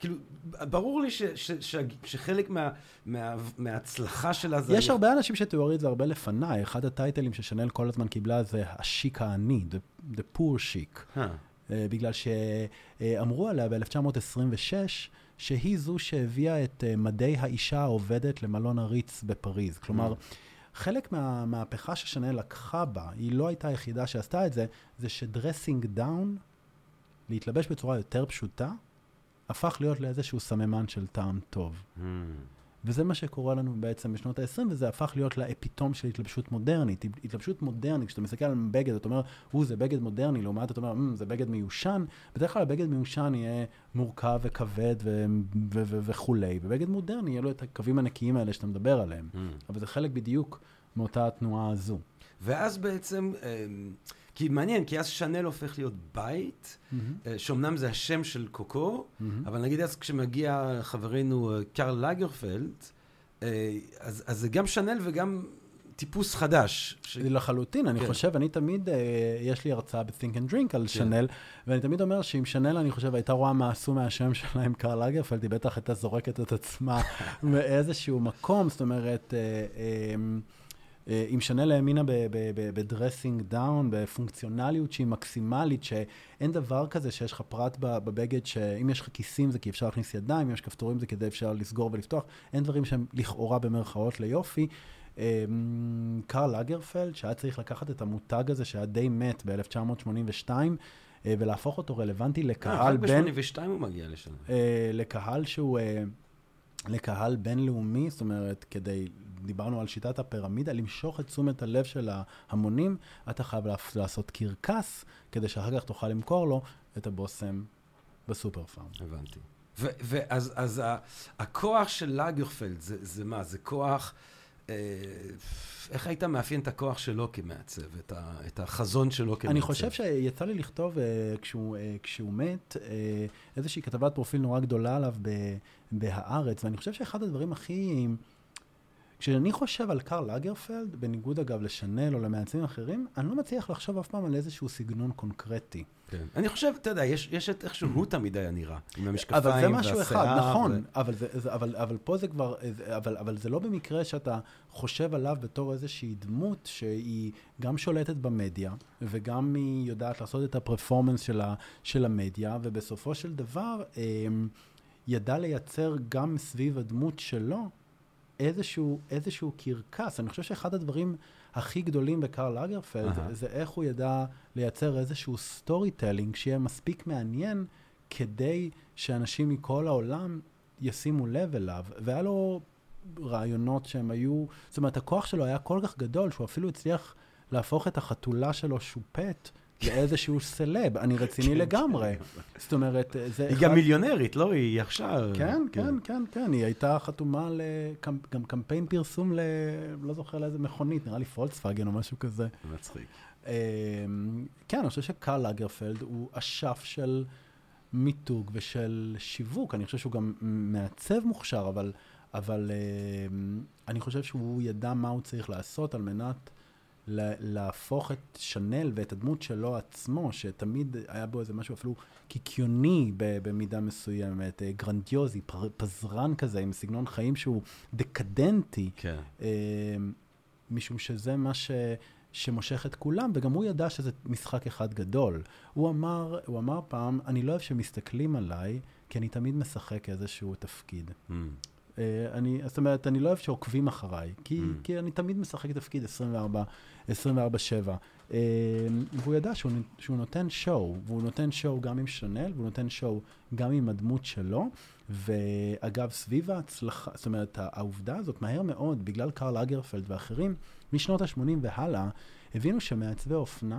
כאילו, ברור לי שחלק מההצלחה שלה זה...
יש הרבה אנשים שתיאורי את זה הרבה לפניי. אחד הטייטלים ששנל כל הזמן קיבלה זה השיק העני, the poor chic. בגלל שאמרו עליה ב-1926, שהיא זו שהביאה את מדי האישה העובדת למלון הריץ בפריז. כלומר, חלק מהמהפכה ששנל לקחה בה, היא לא הייתה היחידה שעשתה את זה, זה שדרסינג דאון, להתלבש בצורה יותר פשוטה, הפך להיות לאיזשהו סממן של טעם טוב. וזה מה שקורה לנו בעצם בשנות ה-20, וזה הפך להיות לאפיתום של התלבשות מודרנית. התלבשות מודרנית, כשאתה מסתכל על בגד, אתה אומר, זה בגד מודרני, לעומת אתה אומר, זה בגד מיושן. בדרך כלל הבגד מיושן יהיה מורכב וכבד וכולי, ובגד מודרני יהיה לו את הקווים הנקיים האלה שאתה מדבר עליהם. אבל זה חלק בדיוק מאותה התנועה הזו.
ואז בעצם... כי מעניין, כי אז שנל הופך להיות בית, שאומנם זה השם של קוקו, אבל נגיד אז כשמגיע חברנו קרל לגרפלד, אז זה גם שנל וגם טיפוס חדש.
לחלוטין, אני חושב, אני תמיד, יש לי הרצאה ב-Think and Drink על שנל, ואני תמיד אומר שעם שנל, אני חושב, הייתה רואה מה עשו מהשם שלה עם קרל לגרפלד, היא בטח הייתה זורקת את עצמה מאיזשהו מקום, זאת אומרת... אם שנל האמינה בדרסינג דאון, בפונקציונליות שהיא מקסימלית, שאין דבר כזה שיש לך פרט בבגד, שאם יש לך כיסים זה כי אפשר להכניס ידיים, אם יש כפתורים זה כדי אפשר לסגור ולפתוח, אין דברים שהם לכאורה במרכאות ליופי. קרל לגרפלד, שהיה צריך לקחת את המותג הזה, שהיה די מת ב-1982, ולהפוך אותו רלוונטי לקהל
בין... רק ב-82 הוא מגיע לשם.
לקהל שהוא... לקהל בינלאומי, זאת אומרת, כדי... דיברנו על שיטת הפירמידה, למשוך את תשומת הלב של ההמונים, אתה חייב לעשות קרקס, כדי שאחר כך תוכל למכור לו את הבוסם בסופר פארם.
הבנתי. ואז הכוח של לגרפלד, זה מה? זה כוח... איך היית מאפיין את הכוח שלו כמעצב, את החזון שלו כמעצב?
אני חושב שיצא לי לכתוב, כשהוא מת, איזושהי כתבת פרופיל נורא גדולה עליו בהארץ, ואני חושב שאחד הדברים הכי... כשאני חושב על קרל לגרפלד, בניגוד אגב לשנל או למעצבים אחרים, אני לא מצליח לחשוב אף פעם על איזשהו סגנון קונקרטי.
כן. אני חושב, אתה יודע, יש את איכשהו הוא תמיד היה נראה, עם המשקפיים
והשיער. אבל זה משהו אחד, נכון. אבל פה זה כבר, אבל זה לא במקרה שאתה חושב עליו בתור איזושהי דמות שהיא גם שולטת במדיה, וגם היא יודעת לעשות את הפרפורמנס של המדיה, ובסופו של דבר ידע לייצר גם סביב הדמות שלו, איזשהו קרקס. אני חושב שאחד הדברים הכי גדולים בקרל לגרפלד, זה איך הוא ידע לייצר איזשהו סטורי טלינג, שיהיה מספיק מעניין, כדי שאנשים מכל העולם ישימו לב אליו. והיה לו רעיונות שהם היו... זאת אומרת, הכוח שלו היה כל כך גדול, שהוא אפילו הצליח להפוך את החתולה שלו שופט, לאיזשהו סלב, אני רציני לגמרי. זאת אומרת, זה...
היא גם מיליונרית, לא? היא עכשיו...
כן. היא הייתה חתומה גם קמפיין פרסום לא זוכר לאיזה מכונית, נראה לי פולקסווגן או משהו כזה.
מצחיק.
כן, אני חושב שקרל לגרפלד הוא אשף של מיתוג ושל שיווק. אני חושב שהוא גם מעצב מוכשר, אבל אני חושב שהוא ידע מה הוא צריך לעשות על מנת להפוך את שנל ואת הדמות שלו עצמו, שתמיד היה בו איזה משהו אפילו קיקיוני במידה מסוימת, גרנדיוזי, פזרן כזה, עם סגנון חיים שהוא דקדנטי,
כן.
משום שזה מה שמושך את כולם, וגם הוא ידע שזה משחק אחד גדול. הוא אמר פעם, אני לא אוהב שמסתכלים עליי, כי אני תמיד משחק איזשהו תפקיד. זאת אומרת, אני לא אוהב שעוקבים אחריי, כי אני תמיד משחק תפקיד 24/7. והוא ידע שהוא נותן שואו, והוא נותן שואו גם עם שנל, והוא נותן שואו גם עם הדמות שלו, ואגב, סביב ההצלחה, זאת אומרת, העובדה הזאת מהר מאוד, בגלל קרל לגרפלד ואחרים, משנות ה-80 והלאה, הבינו שמעצבי אופנה,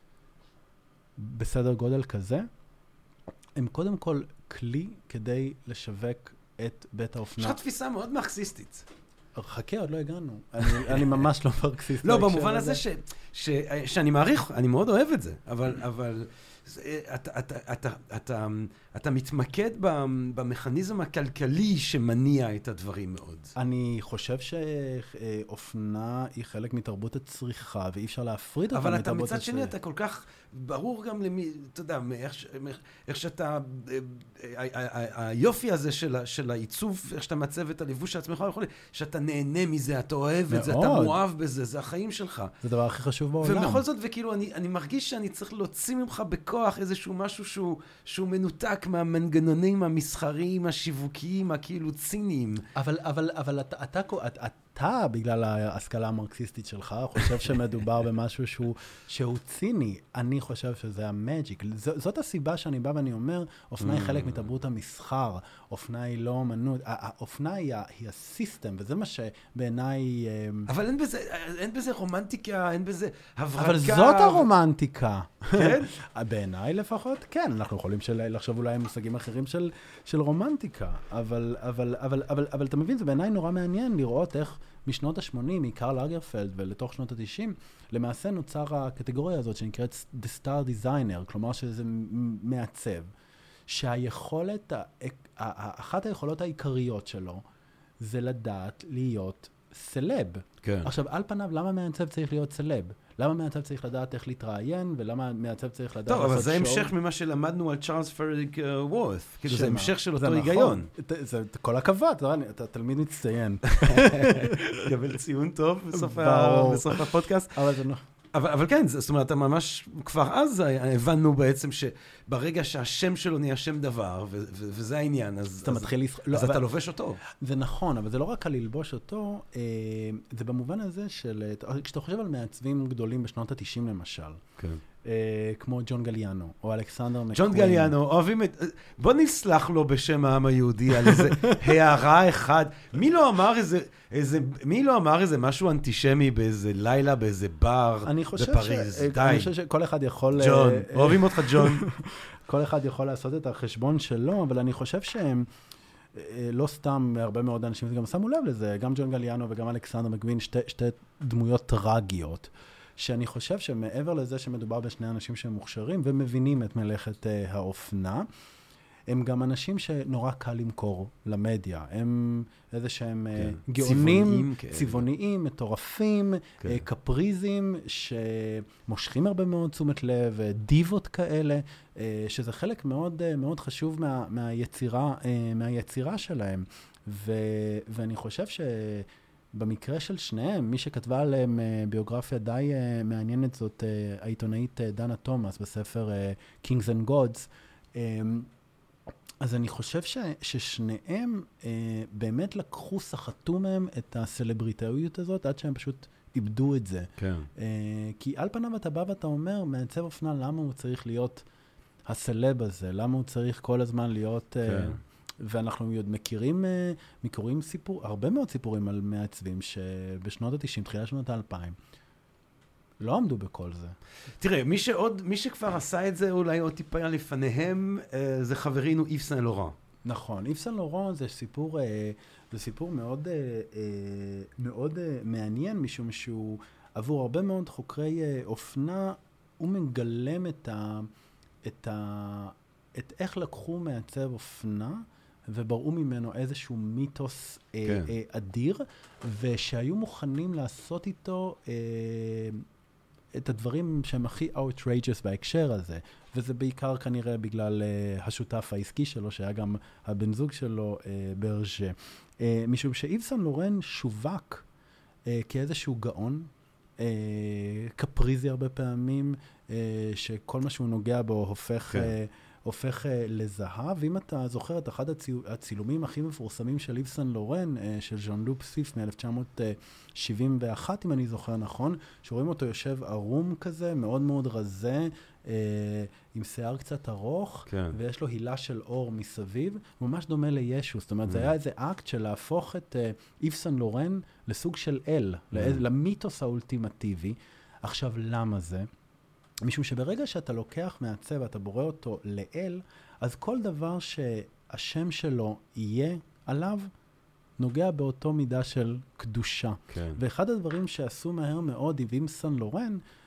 בסדר גודל כזה, הם קודם כל כלי כדי לשווק את בית האופנה.
יש לך תפיסה מאוד מרקסיסטית.
חכה, עוד לא הגענו. אני ממש לא מרקסיסט.
לא, במובן הזה שאני מעריך, אני מאוד אוהב את זה, אבל אתה מתמקד במכניזם הכלכלי שמניע את הדברים מאוד.
אני חושב שאופנה היא חלק מתרבות הצריכה, ואי אפשר להפריד אותה
אבל
מתרבות
אתה
הצריכה.
מצד שני, אתה כל כך ברור גם למי, אתה יודע, איך שאתה, היופי הזה של העיצוב, איך שאתה מצב את הלבוש שעצמך יכול, שאתה נהנה מזה, אתה אוהב את זה, אתה מואב בזה, זה החיים שלך.
זה הדבר הכי חשוב בעולם.
ובכל זאת, וכאילו, אני מרגיש שאני צריך להוציא ממך בכוח איזשהו משהו שהוא מנותק מהמנגנונים המסחריים, השיווקיים, הכאילו ציניים.
אבל אתה, בגלל ההשכלה המרקסיסטית שלך, חושב שמדובר במשהו שהוא ציני. אני חושב שזה המאג'יק. זאת הסיבה שאני בא ואני אומר, אופנה היא חלק מתרבות המסחר. אופנה היא לא אומנות. האופנה היא הסיסטם, וזה מה שבעיניי...
אבל אין בזה רומנטיקה, אין בזה הברקה.
אבל זאת הרומנטיקה.
כן?
בעיניי לפחות, כן. אנחנו יכולים לחשוב אולי מושגים אחרים של רומנטיקה. אבל אתה מבין, זה בעיניי נורא מעניין לראות איך משנות ה-80, מקרל אגרפלד ולתוך שנות ה-90, למעשה נוצר הקטגוריה הזאת שנקראת The Star Designer, כלומר שזה מעצב, שהיכולת, אחת היכולות העיקריות שלו, זה לדעת להיות סלב.
כן.
עכשיו, על פניו, למה מעצב צריך להיות סלב? למה מעצב צריך לדעת איך להתראיין, ולמה מעצב צריך לדעת לעשות שואו?
טוב, אבל זה המשך ממה שלמדנו על צ'ארלס פרידריק וורת. כאילו, זה המשך של אותו היגיון.
זה כל הכבוד, אתה תלמיד מצטיין.
קבל ציון טוב בסוף הפודקאסט.
אבל זה
אבל כן, זאת אומרת, ממש כבר אז הבנו בעצם שברגע שהשם שלו נהיה שם דבר, וזה העניין, אז אתה לובש אותו.
זה נכון, אבל זה לא רק על ללבוש אותו, זה במובן הזה של, כשאתה חושב על מעצבים גדולים בשנות ה-90 למשל, כמו ג'ון גליאנו, או אלכסנדר מקווין.
ג'ון גליאנו, אוהבים את... בוא נסלח לו בשם העם היהודי על איזה הערה אחד. מי לא אמר איזה משהו אנטישמי באיזה לילה, באיזה בר בפריז? די.
אני חושב שכל אחד יכול...
ג'ון, אוהבים אותך ג'ון.
כל אחד יכול לעשות את החשבון שלו, אבל אני חושב שהם... לא סתם הרבה מאוד אנשים גם שמו לב לזה, גם ג'ון גליאנו וגם אלכסנדר מקווין, שתי דמויות טרגיות. שאני חושב שמעבר לזה שמדובר בשני אנשים שהם מוכשרים ומבינים את מלאכת האופנה, הם גם אנשים שנורא קל למכור למדיה. הם איזה שהם גאונים, צבעוניים, מטורפים, קפריזים, שמושכים הרבה מאוד תשומת לב, דיבות כאלה, שזה חלק מאוד מאוד חשוב מהיצירה שלהם. ואני חושב במקרה של שניהם, מי שכתבה עליהם ביוגרפיה די מעניינת זאת העיתונאית דנה תומאס בספר Kings and Gods. אז אני חושב ששניהם באמת לקחו, סחטו מהם את הסלבריטאיות הזאת עד שהם פשוט איבדו את זה.
כן.
כי על פניו אתה בא ואתה אומר, מעצב אופנה, למה הוא צריך להיות הסלב הזה? למה הוא צריך כל הזמן להיות... כן. ואנחנו מכירים הרבה מאוד סיפורים על מעצבים שבשנות ה-90, תחילה שנות ה-2000, לא עמדו בכל זה.
תראה, מי שכבר עשה את זה אולי עוד טיפה לפניהם, זה חברינו איב סן לורן.
נכון, איב סן לורן זה סיפור מאוד, מאוד מעניין, משום שהוא עבור הרבה מאוד חוקרי אופנה, הוא מגלם את איך לקחו מעצב אופנה, ובראו ממנו איזשהו מיתוס אדיר, ושהיו מוכנים לעשות איתו את הדברים שהם הכי outrageous בהקשר הזה. וזה בעיקר כנראה בגלל השותף העסקי שלו, שהיה גם הבן זוג שלו, ברג'ה. משום שאיב סן לורן שווק כאיזשהו גאון, קפריזי הרבה פעמים, שכל מה שהוא נוגע בו הופך לזהב. ואם אתה זוכר את אחד הצילומים הכי מפורסמים של איב סן לורן, של ז'אן לוק סיף מ-1971, אם אני זוכר נכון, שרואים אותו יושב ערום כזה, מאוד מאוד רזה, עם שיער קצת ארוך, כן. ויש לו הילה של אור מסביב, ממש דומה לישו. זאת אומרת, זה היה איזה אקט של להפוך את איב סן לורן לסוג של אל, למיתוס האולטימטיבי. עכשיו, למה זה? משום שברגע שאתה לוקח מעצב, אתה בורא אותו לאל, אז כל דבר שהשם שלו יהיה עליו, נוגע באותו מידה של קדושה. כן. ואחד הדברים שעשו מהר מאוד עם סן לורן,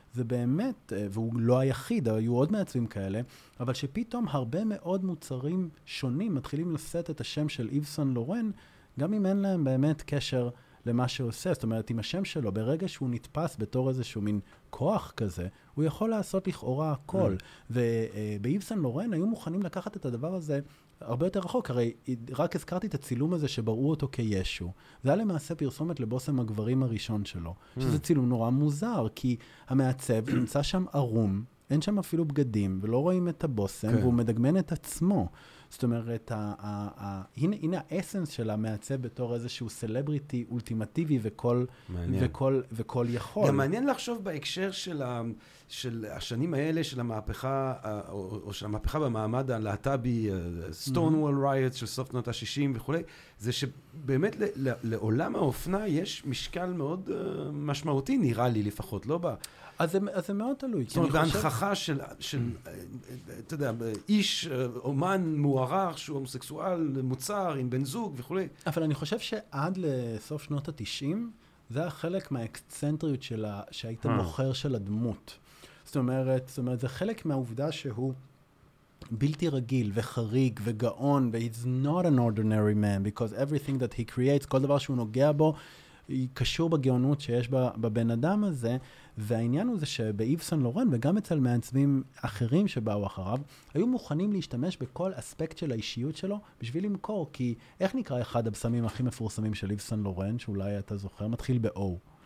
זה באמת, והוא לא היחיד, היו עוד מעצבים כאלה, אבל שפתאום הרבה מאוד מוצרים שונים מתחילים לשאת את השם של איב סן לורן, גם אם אין להם באמת קשר למה שעושה. זאת אומרת, עם השם שלו, ברגע שהוא נתפס בתור איזשהו מין כוח כזה, הוא יכול לעשות לכאורה הכל. ובאיב סן לורן היו מוכנים לקחת את הדבר הזה הרבה יותר רחוק. הרי רק הזכרתי את הצילום הזה שבראו אותו כישו. זה היה למעשה פרסומת לבושם הגברים הראשון שלו, שזה צילום נורא מוזר, כי המעצב נמצא שם ערום, אין שם אפילו בגדים, ולא רואים את הבושם, והוא מדגמן את עצמו. זאת אומרת, הנה האסנס של המעצב בתור איזשהו סלבריטי אולטימטיבי וכל יכול.
גם מעניין לחשוב בהקשר של השנים האלה, של המהפכה, או של המהפכה במעמד הלהט"בי, Stonewall Riots של סוף שנות ה-60 וכו', זה שבאמת לעולם האופנה יש משקל מאוד משמעותי, נראה לי לפחות, לא בא.
אז זה מאוד תלוי.
זאת אומרת, ההנכחה של, אתה יודע, איש, אומן מוערך, שהוא הומוסקסואל, מוצר, עם בן זוג וכו'.
אבל אני חושב שעד לסוף שנות ה-90, זה היה חלק מהאקסצנטריות שהיית מוכר של הדמות. זאת אומרת, זה חלק מהעובדה שהוא בלתי רגיל וחריג וגאון, ו-he's not an ordinary man, because everything that he creates, כל דבר שהוא נוגע בו, היא קשור בגאונות שיש בבן אדם הזה, והעניין הוא זה שבאיב סן לורן, וגם אצל מעצבים אחרים שבאו אחריו, היו מוכנים להשתמש בכל אספקט של האישיות שלו בשביל למכור, כי איך נקרא אחד הבשמים הכי מפורסמים של איב סן לורן, שאולי אתה זוכר, מתחיל ב-O?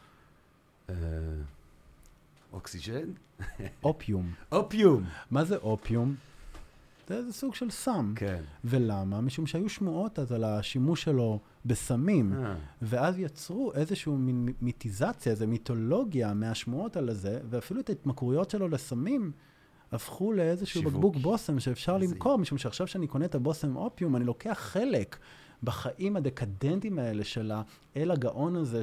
אוקסיגן?
אופיום.
אופיום.
מה זה אופיום? זה סוג של סם.
כן.
ולמה? משום שהיו שמועות אז על השימוש שלו בסמים, ואז יצרו איזושהי מיתיזציה, איזו מיתולוגיה מהשמועות על זה, ואפילו את ההתמכרויות שלו לסמים הפכו לאיזשהו בקבוק בושם שאפשר למכור, משום שעכשיו שאני קונה את הבושם אופיום, אני לוקח חלק בחיים הדקדנטיים האלה של האל הגאון הזה,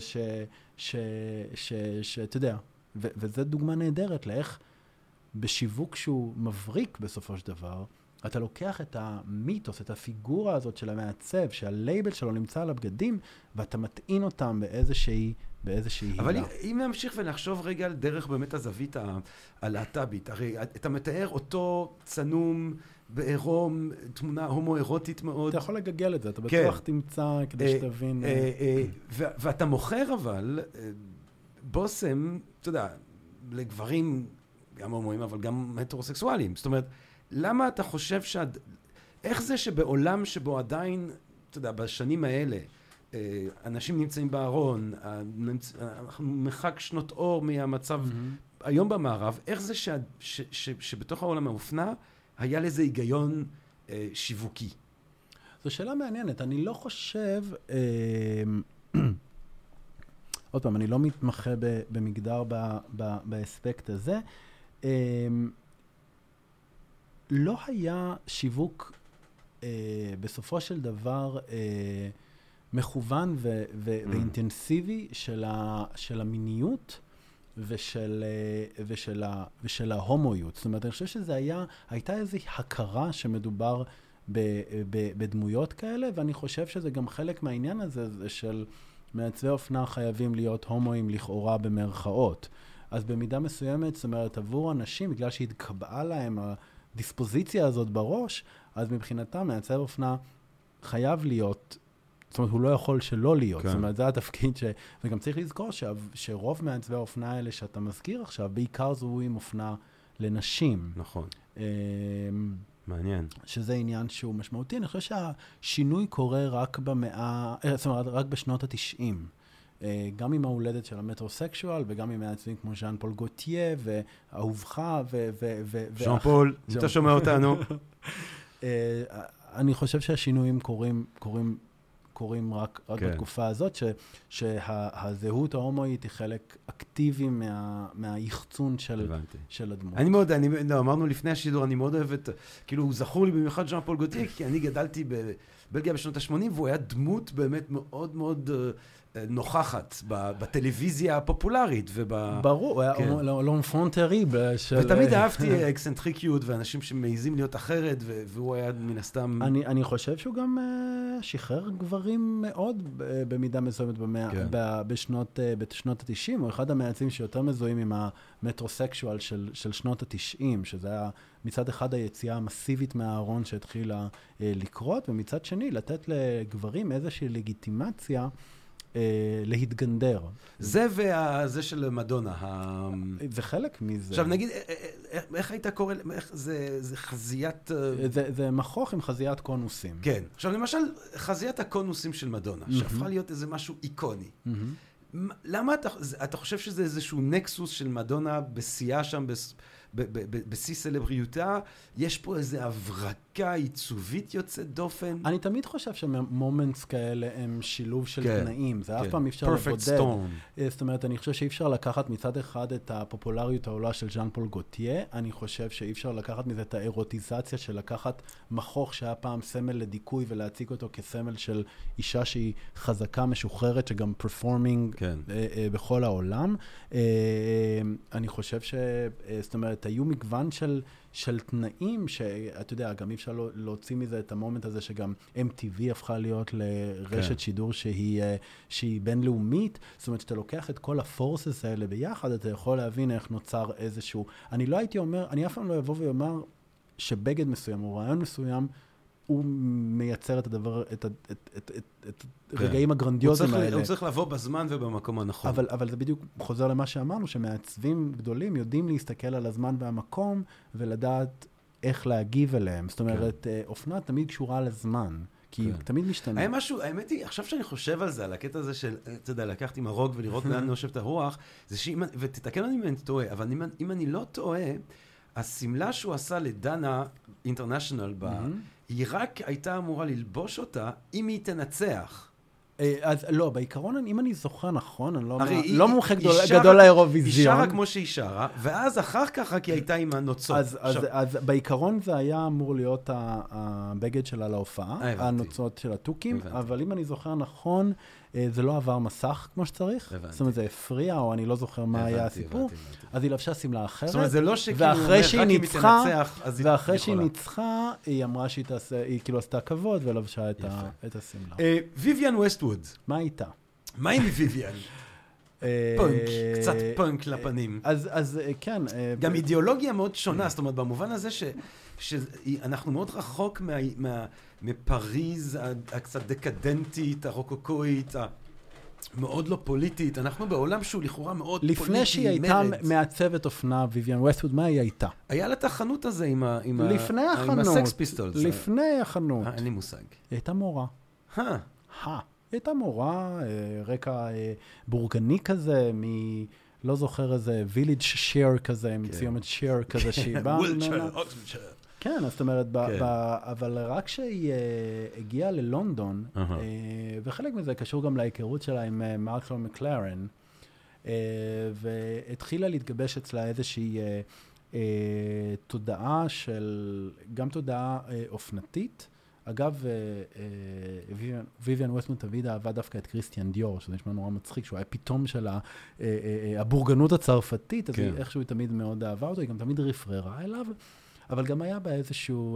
שאתה יודע, וזו דוגמה נהדרת לאיך בשיווק שהוא מבריק בסופו של דבר, אתה לוקח את המיתוס, את הפיגורה הזאת של המעצב, שהלייבל שלו נמצא על הבגדים, ואתה מטעין אותם באיזושהי הילה.
אבל אם נמשיך ונחשוב רגע על דרך באמת הזווית הלהט"בית, הרי אתה מתאר אותו צנום בעירום, תמונה הומואירוטית מאוד.
אתה יכול לגגל את זה, אתה בטוח תמצא כדי שתבין.
ואתה מוכר אבל בושם, אתה יודע, לגברים גם הומואים, אבל גם הטרוסקסואלים. זאת אומרת, למה אתה חושב איך זה שבעולם שבו עדיין, אתה יודע, בשנים האלה, אנשים נמצאים בארון, אנחנו מרחק שנות אור מהמצב היום במערב, איך זה שבתוך העולם האופנה היה לזה היגיון שיווקי?
זו שאלה מעניינת. אני לא חושב, עוד פעם, אני לא מתמחה במגדר באספקט הזה, לא היה שיווק בסופו של דבר מכוון ואינטנסיבי של המיניות ושל ההומואיות. זאת אומרת, אני חושב שזה הייתה איזו הכרה שמדובר בדמויות כאלה, ואני חושב שזה גם חלק מהעניין הזה של מעצבי אופנה חייבים להיות הומואים לכאורה במרכאות. אז במידה מסוימת, זאת אומרת, עבור אנשים, בגלל שהתקבעה להם הדיספוזיציה הזאת בראש, אז מבחינתם מעצב אופנה חייב להיות, זאת אומרת, הוא לא יכול שלא להיות. זאת אומרת, זה התפקיד וגם צריך לזכור שרוב מעצבי האופנה האלה שאתה מזכיר עכשיו, בעיקר זו עם אופנה לנשים.
נכון. מעניין.
שזה עניין שהוא משמעותי. אני חושב שהשינוי קורה רק זאת אומרת, רק בשנות ה-90. גם עם ההולדת של המטרוסקשואל, וגם עם מעצבים כמו ז'אן פול גוטייה, ואהובך,
ז'אן פול, אתה שומע אותנו.
אני חושב שהשינויים קורים רק בתקופה הזאת, שהזהות ההומואית היא חלק אקטיבי מהיחצון של הדמות.
אני מאוד, אמרנו לפני השידור, אני מאוד אוהב כאילו הוא זכור לי במיוחד ז'אן פול גוטייה, כי אני גדלתי בבלגיה בשנות ה-80, והוא היה דמות באמת מאוד מאוד נוכחת בטלוויזיה הפופולרית
ברור, l'enfant terrible של...
ותמיד אהבתי אקסנטריקיות ואנשים שמעיזים להיות אחרת, והוא היה מן הסתם...
אני חושב שהוא גם שחרר גברים מאוד במידה מסוימת בשנות ה-90, הוא אחד המעצבים שיותר מזוהים עם המטרוסקשואל של שנות ה-90, שזה היה מצד אחד היציאה המסיבית מהארון שהתחילה לקרות, ומצד שני לתת לגברים איזושהי לגיטימציה להתגנדר.
זה וזה של מדונה.
זה חלק מזה.
עכשיו נגיד, איך היית קורא, זה חזיית...
זה מכוך עם חזיית קונוסים.
כן. עכשיו למשל, חזיית הקונוסים של מדונה, שהפכה להיות איזה משהו איקוני. למה אתה חושב שזה איזשהו נקסוס של מדונה בשיאה שם, בשיא סלבריותה, יש פה איזו הברקה עיצובית יוצאת דופן?
אני תמיד חושב שמומנטס כאלה הם שילוב של תנאים, זה אף פעם אי אפשר לבודד. זאת אומרת, אני חושב שאי אפשר לקחת מצד אחד את הפופולריות העולה של ז'אן פול גוטייה, אני חושב שאי אפשר לקחת מזה את האירוטיזציה של לקחת מכוך שהיה פעם סמל לדיכוי ולהציג אותו כסמל של אישה שהיא חזקה, משוחררת, שגם פרפורמינג בכל העולם. אני חושב זאת אומרת, היו מגוון של תנאים שאתה יודע, גם אי אפשר להוציא מזה את המומנט הזה שגם MTV הפכה להיות לרשת שידור שהיא בינלאומית. זאת אומרת, שאתה לוקח את כל הפורסס האלה ביחד, אתה יכול להבין איך נוצר איזשהו... אני לא הייתי אומר, אני אף פעם לא אבוא ואומר שבגד מסוים או רעיון מסוים הוא מייצר את הדבר, את רגעים הגרנדיוזיים האלה.
הוא צריך לבוא בזמן ובמקום הנכון.
אבל זה בדיוק חוזר למה שאמרנו, שמעצבים גדולים יודעים להסתכל על הזמן והמקום, ולדעת איך להגיב אליהם. זאת אומרת, אופנה תמיד קשורה לזמן, כי היא תמיד משתנה.
האמת היא, עכשיו שאני חושב על זה, על הקטע הזה של, אתה יודע, לקחת עם הרוג ולראות לאן נושבת הרוח, ותתקן אותי אם אני טועה, אבל אם אני לא טועה, הסמלה שהוא עשה לדנה אינטרנשיונל היא רק הייתה אמורה ללבוש אותה אם היא תנצח.
אז לא, בעיקרון, אם אני זוכר נכון, אני לא מומחה גדול לאירוויזיון.
היא שרה כמו שהיא שרה, ואז אחר כך רק היא הייתה עם הנוצות.
אז בעיקרון זה היה אמור להיות הבגד שלה להופעה, הנוצות של הטוקים, אבל אם אני זוכר נכון, זה לא עבר מסך כמו שצריך. זאת אומרת, זה הפריע, או אני לא זוכר מה היה הסיפור. אז היא לבשה סמלה אחרת.
זאת אומרת, זה לא שכאילו רק אם היא תנצח, אז היא יכולה.
ואחרי שהיא ניצחה, היא אמרה שהיא כאילו עשתה כבוד ולבשה את הסמלה.
ויויאן ווסטווד.
מה הייתה?
מה עם ויויאן? פאנק, קצת פאנק לפנים.
אז כן.
גם אידיאולוגיה מאוד שונה, זאת אומרת, במובן הזה שאנחנו מאוד רחוק מפריז הקצת דקדנטית, הרוקוקואית, מאוד לא פוליטית. אנחנו בעולם שהוא לכאורה מאוד פוליטי,
לפני שהיא הייתה מעצבת אופנה, ויויאן ווסטווד, מה היא הייתה?
היה לה את החנות הזה עם
הסקס
פיסטולס.
לפני החנות.
אין לי מושג.
היא הייתה מורה. היא הייתה מורה, רקע בורגני כזה, לא זוכר איזה וילג' שייר כזה, עם ציומת שייר כזה שהיא באה. כן, זאת אומרת, אבל רק כשהיא הגיעה ללונדון, וחלק מזה קשור גם להיכרות שלה עם מלקולם מקלרן, והתחילה להתגבש אצלה איזושהי תודעה גם תודעה אופנתית. אגב, ויויאן ווסטווד תמיד אהבה דווקא את כריסטיאן דיור, שזה נשמע נורא מצחיק, שהוא היה פתאום של הבורגנות הצרפתית, אז איכשהו היא תמיד מאוד אהבה אותו, היא גם תמיד רפררה אליו, אבל גם היה בה איזשהו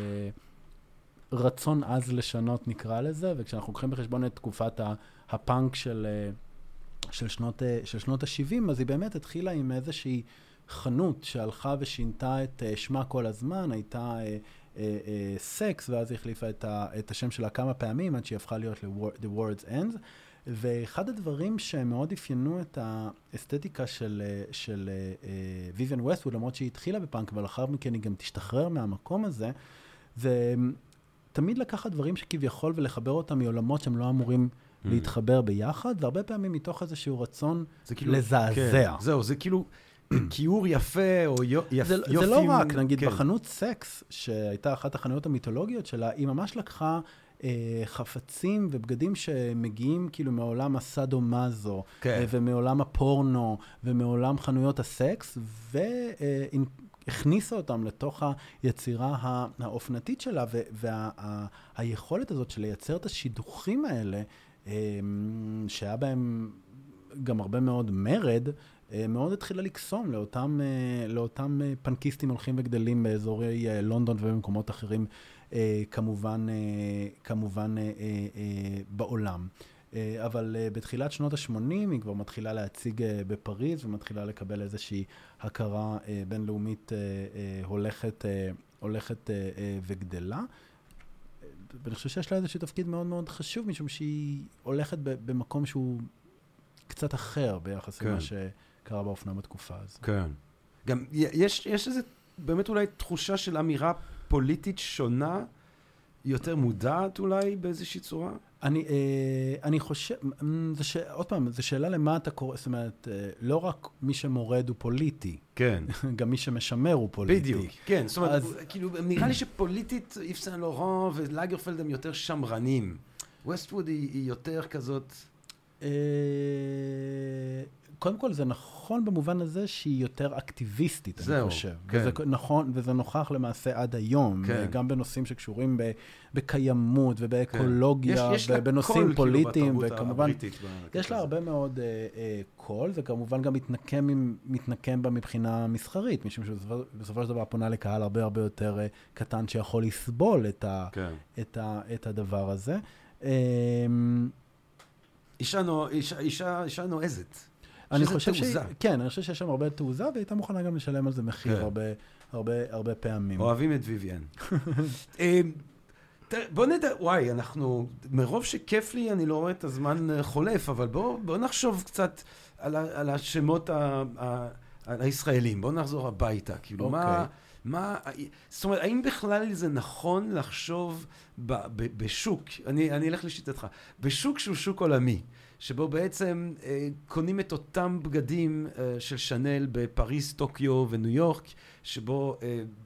רצון אז לשנות, נקרא לזה, וכשאנחנו לוקחים בחשבון את תקופת הפאנק של שנות ה-70, אז היא באמת התחילה עם איזושהי חנות שהלכה ושינתה את שמה כל הזמן, הייתה סקס, ואז היא החליפה את השם שלה כמה פעמים, עד שהיא הפכה להיות The World's Ends, ואחד הדברים שמאוד אפיינו את האסתטיקה של ויויאן ווסטווד, למרות שהיא התחילה בפאנק, אבל אחר מכן היא גם תשתחרר מהמקום הזה, זה תמיד לקחת דברים שכביכול ולחבר אותם מעולמות שהם לא אמורים להתחבר ביחד, והרבה פעמים מתוך איזשהו רצון לזעזע.
זהו, זה כאילו כיור יפה, או יופים.
זה לא רק, נגיד בחנות סקס, שהייתה אחת החנויות המיתולוגיות שלה, היא ממש לקחה חפצים ובגדים שמגיעים כאילו מעולם הסאדו-מאזו, ומעולם הפורנו, ומעולם חנויות הסקס, והכניסה אותם לתוך היצירה האופנתית שלה, והיכולת הזאת של לייצר את השידוכים האלה, שהיה בהם גם הרבה מאוד מרד, מאוד התחילה לקסום לאותם פנקיסטים הולכים וגדלים באזורי לונדון ובמקומות אחרים, כמובן בעולם. אבל בתחילת שנות ה-80 היא כבר מתחילה להציג בפריז, ומתחילה לקבל איזושהי הכרה בינלאומית הולכת וגדלה. ואני חושב שיש לה איזשהו תפקיד מאוד מאוד חשוב, משום שהיא הולכת במקום שהוא קצת אחר ביחס למה שקרה באופנה בתקופה הזו. כן.
גם יש איזו באמת אולי תחושה של אמירה פוליטית שונה, יותר מודעת אולי באיזושהי צורה?
אני חושב, עוד פעם, זו שאלה למה אתה קורא, זאת אומרת, לא רק מי שמורד הוא פוליטי. כן. גם מי שמשמר הוא פוליטי.
בדיוק, כן. זאת אומרת, כאילו, נראה לי שפוליטית, איף סן לורן ולאגרפלד הם יותר שמרנים. ווסטווד היא יותר כזאת...
קודם כל, זה נכון במובן הזה שהיא יותר אקטיביסטית, אני חושב. וזה נכון, וזה נוכח למעשה עד היום, גם בנושאים שקשורים בקיימות ובאקולוגיה, ובנושאים פוליטיים, וכמובן, יש לה הרבה מאוד קול, וכמובן גם מתנקם בה מבחינה מסחרית, משום שבסופו של דבר פונה לקהל הרבה הרבה יותר קטן שיכול לסבול את הדבר הזה.
אישה נועזת.
אני חושב כן, אני חושב שיש שם הרבה תעוזה, והייתה מוכנה גם לשלם על זה מחיר הרבה פעמים.
אוהבים את ויויאן. בוא נדע, וואי, אנחנו, מרוב שכיף לי, אני לא רואה את הזמן חולף, אבל בוא נחשוב קצת על השמות הישראלים. בוא נחזור הביתה. כאילו, זאת אומרת, האם בכלל זה נכון לחשוב בשוק, אני אלך לשיטתך, בשוק שהוא שוק עולמי, שבו בעצם קונים את אותם בגדים של שנל בפריז, טוקיו וניו יורק, שבו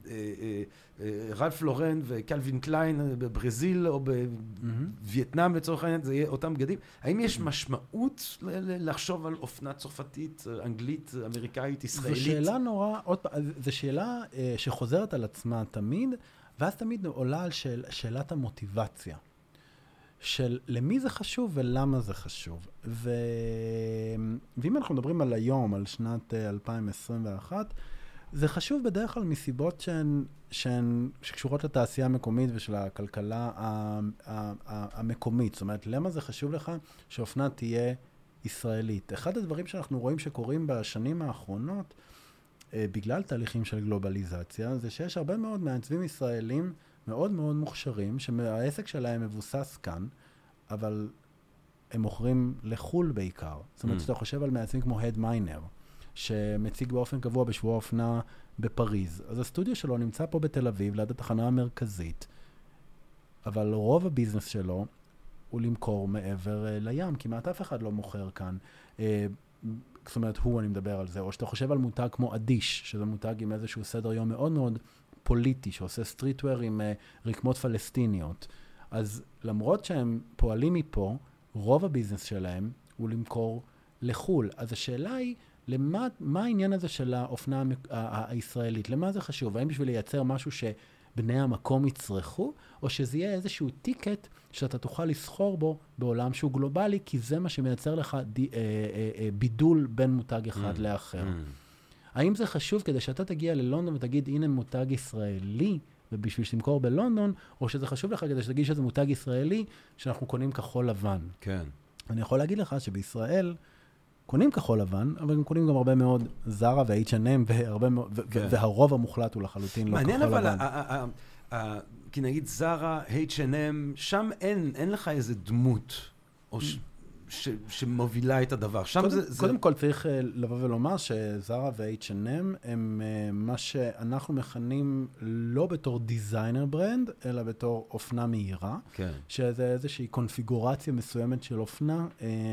רלף לורן וקלווין קליין בברזיל או בווייטנאם לצורך העניין, זה יהיה אותם בגדים. האם יש משמעות לחשוב על אופנה צרפתית, אנגלית, אמריקאית, ישראלית?
זו שאלה נורא, זו שאלה שחוזרת על עצמה תמיד, ואז תמיד עולה על שאלת המוטיבציה. של למי זה חשוב ולמה זה חשוב. ואם אנחנו מדברים על היום, על שנת 2021, זה חשוב בדרך כלל מסיבות שקשורות לתעשייה המקומית ושל הכלכלה המקומית. זאת אומרת, למה זה חשוב לך שאופנה תהיה ישראלית? אחד הדברים שאנחנו רואים שקורים בשנים האחרונות, בגלל תהליכים של גלובליזציה, זה שיש הרבה מאוד מעצבים ישראלים מאוד מאוד מוכשרים, שהעסק שלהם מבוסס כאן, אבל הם מוכרים לחול בעיקר. זאת אומרת, שאתה חושב על מעצבים כמו הד מיינר, שמציג באופן קבוע בשבוע האופנה בפריז. אז הסטודיו שלו נמצא פה בתל אביב, ליד התחנה המרכזית, אבל רוב הביזנס שלו הוא למכור מעבר לים, כמעט אף אחד לא מוכר כאן. זאת אומרת, אני מדבר על זה. או שאתה חושב על מותג כמו אדיש, שזה מותג עם איזשהו סדר יום מאוד מאוד פוליטי, שעושה סטריטוור עם רקמות פלסטיניות. אז למרות שהם פועלים מפה, רוב הביזנס שלהם הוא למכור לחול. אז השאלה היא, מה העניין הזה של האופנה הישראלית? למה זה חשוב? האם בשביל לייצר משהו שבני המקום יצרכו, או שזה יהיה איזשהו טיקט שאתה תוכל לסחור בו בעולם שהוא גלובלי, כי זה מה שמייצר לך בידול בין מותג אחד לאחר. האם זה חשוב כדי שאתה תגיע ללונדון ותגיד, הנה מותג ישראלי, ובשביל שתמכור בלונדון, או שזה חשוב לך כדי שתגיד שזה מותג ישראלי, שאנחנו קונים כחול לבן.
כן.
אני יכול להגיד לך שבישראל קונים כחול לבן, אבל הם קונים גם הרבה מאוד זרה ו-H&M, והרוב המוחלט הוא לחלוטין לא כחול לבן.
מעניין, אבל, כי נגיד זרה, H&M, שם אין לך איזה דמות, או שמובילה את הדבר.
קודם כל צריך לבוא ולומר שזרה ו-H&M הם מה שאנחנו מכנים לא בתור דיזיינר ברנד, אלא בתור אופנה מהירה, שזה איזושהי קונפיגורציה מסוימת של אופנה,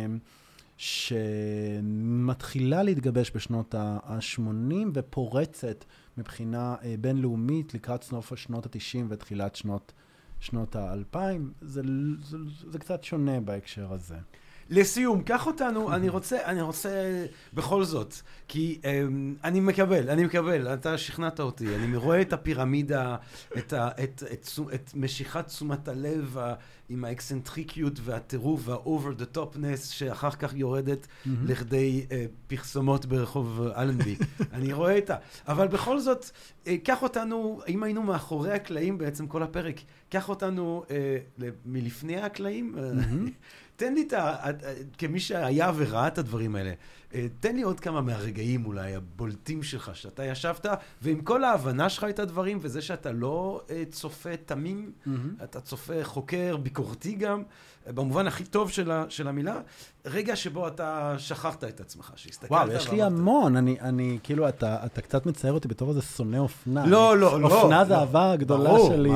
שמתחילה להתגבש בשנות ה-80 ופורצת מבחינה בינלאומית לקראת סוף שנות ה-90 ותחילת שנות ה-2000. זה קצת שונה בהקשר הזה.
לסיום, קח אותנו, אני רוצה בכל זאת, כי אני מקבל, אתה שכנעת אותי, אני רואה את הפירמידה, את משיכת תשומת הלב עם האקסנטריקיות והטירוף והאובר דה טופנס, שאחר כך יורדת לכדי פרסומות ברחוב אלנבי. אני רואה אבל בכל זאת, קח אותנו, אם היינו מאחורי הקלעים בעצם כל הפרק, קח אותנו מלפני הקלעים, תן לי כמי שהיה וראה את הדברים האלה, תן לי עוד כמה מהרגעים אולי הבולטים שלך, שאתה ישבת, ועם כל ההבנה שלך את הדברים, וזה שאתה לא צופה תמים, אתה צופה חוקר, ביקורתי גם, במובן הכי טוב של המילה, רגע שבו אתה שכחת את עצמך, שהסתכלת.
וואו, יש לי המון, אני כאילו, אתה קצת מצייר אותי בתור איזה שונא אופנה.
לא.
אופנה זה האהבה הגדולה שלי.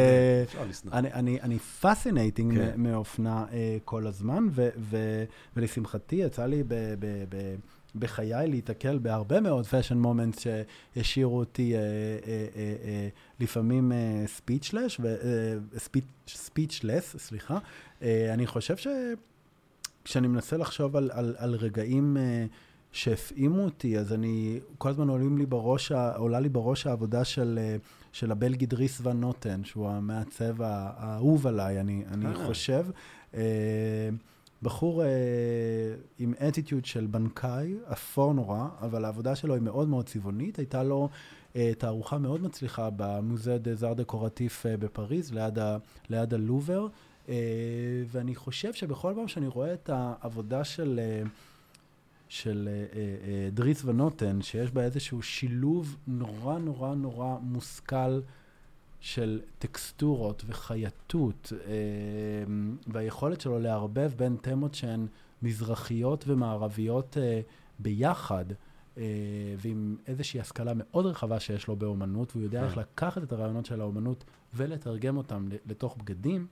אני פאסינטינג
כן.
מאופנה כל הזמן, ולשמחתי יצא לי בחיי להתקל בהרבה מאוד פאשן מומנטס שהשאירו אותי לפעמים ספיצ'לס, סליחה. אני חושב כשאני מנסה לחשוב על רגעים שהפעימו אותי, אז כל הזמן עולה לי בראש העבודה של הבלגי דריס ון נוטן, שהוא המעצב האהוב עליי, אני חושב. בחור עם אטיטיוד של בנקאי, אפור נורא, אבל העבודה שלו היא מאוד מאוד צבעונית. הייתה לו תערוכה מאוד מצליחה במוזée des arts décoratifs בפריז, ליד הלובר, ואני חושב שבכל פעם שאני רואה את העבודה של דריס ון נוטן, שיש בה איזשהו שילוב נורא נורא נורא מושכל של טקסטורות וחייטות, והיכולת שלו לערבב בין תמות שהן מזרחיות ומערביות ביחד, ועם איזושהי השכלה מאוד רחבה שיש לו באומנות, והוא יודע איך לקחת את הרעיונות של האומנות ולתרגם אותם לתוך בגדים.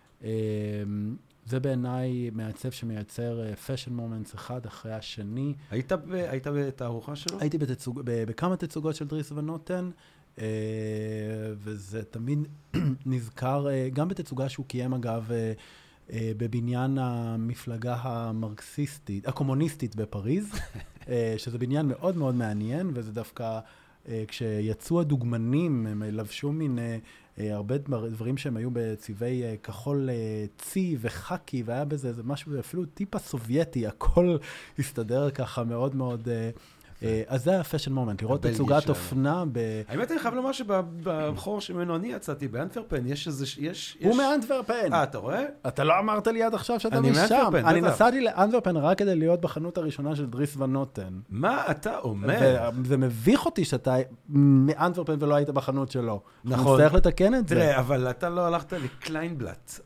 זה בעיניי מעצב שמייצר פאשן מומנטס אחד אחרי השני.
היית בתערוכה שלו?
הייתי בכמה תצוגות של דריס ון נוטן, וזה תמיד נזכר, גם בתצוגה שהוא קיים אגב, בבניין המפלגה המרקסיסטית, הקומוניסטית בפריז, שזה בניין מאוד מאוד מעניין, וזה דווקא, כשיצאו הדוגמנים, הם לבשו מין הרבה דברים שהם היו בצבעי כחול צי וחקי, והיה בזה משהו אפילו טיפה סובייטי, הכל הסתדר ככה מאוד מאוד אז זה היה פאשן מומנט, לראות תצוגת אופנה
האמת אני חייב לומר שבחור שממנו אני יצאתי באנטוורפן, יש...
הוא מאנטוורפן.
אתה רואה?
אתה לא אמרת לי עד עכשיו שאתה משם. אני נסעתי לאנטוורפן רק כדי להיות בחנות הראשונה של דריס ון נוטן.
מה אתה אומר?
וזה מביך אותי שאתה מאנטוורפן ולא היית בחנות שלו. נכון. נצטרך לתקן את זה.
תראה, אבל אתה לא הלכת לקליינבלט,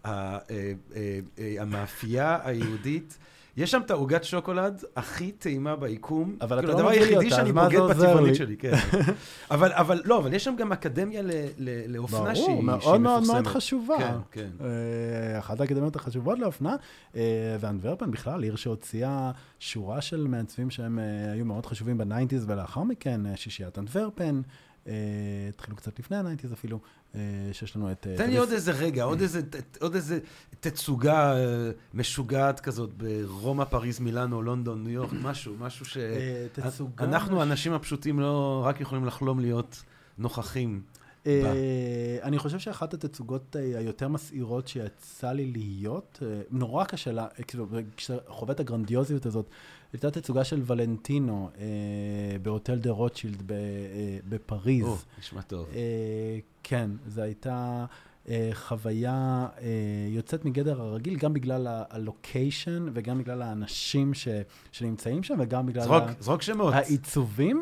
המאפייה היהודית, יש שם את העוגת שוקולד הכי טעימה ביקום.
אבל אתה לא מביא אותה, אז מה זה עוזר לי?
שלי, כן. אבל יש שם גם אקדמיה לאופנה שהיא מפורסמת.
מאוד מאוד מאוד חשובה.
כן.
אחת האקדמיות החשובות לאופנה, ואנטוורפן בכלל, עיר שהוציאה שורה של מעצבים שהם היו מאוד חשובים בניינטיז, ולאחר מכן שישיית אנטוורפן, התחילו קצת לפני הניינטיז אפילו, שיש לנו את...
תן לי עוד איזה רגע, עוד איזה תצוגה משוגעת כזאת ברומא, פריז, מילאנו, לונדון, ניו יורק, משהו שאנחנו, האנשים הפשוטים, לא רק יכולים לחלום להיות נוכחים בה.
אני חושב שאחת התצוגות היותר מסעירות שיצא לי להיות, נורא קשה לה, כשאתה חווה את הגרנדיוזיות הזאת, הייתה תצוגה של ולנטינו בהוטל דה רוטשילד בפריז.
נשמע טוב.
כן, זו הייתה חוויה יוצאת מגדר הרגיל, גם בגלל הלוקיישן וגם בגלל האנשים שנמצאים שם, וגם בגלל
זרוק שמות.
העיצובים.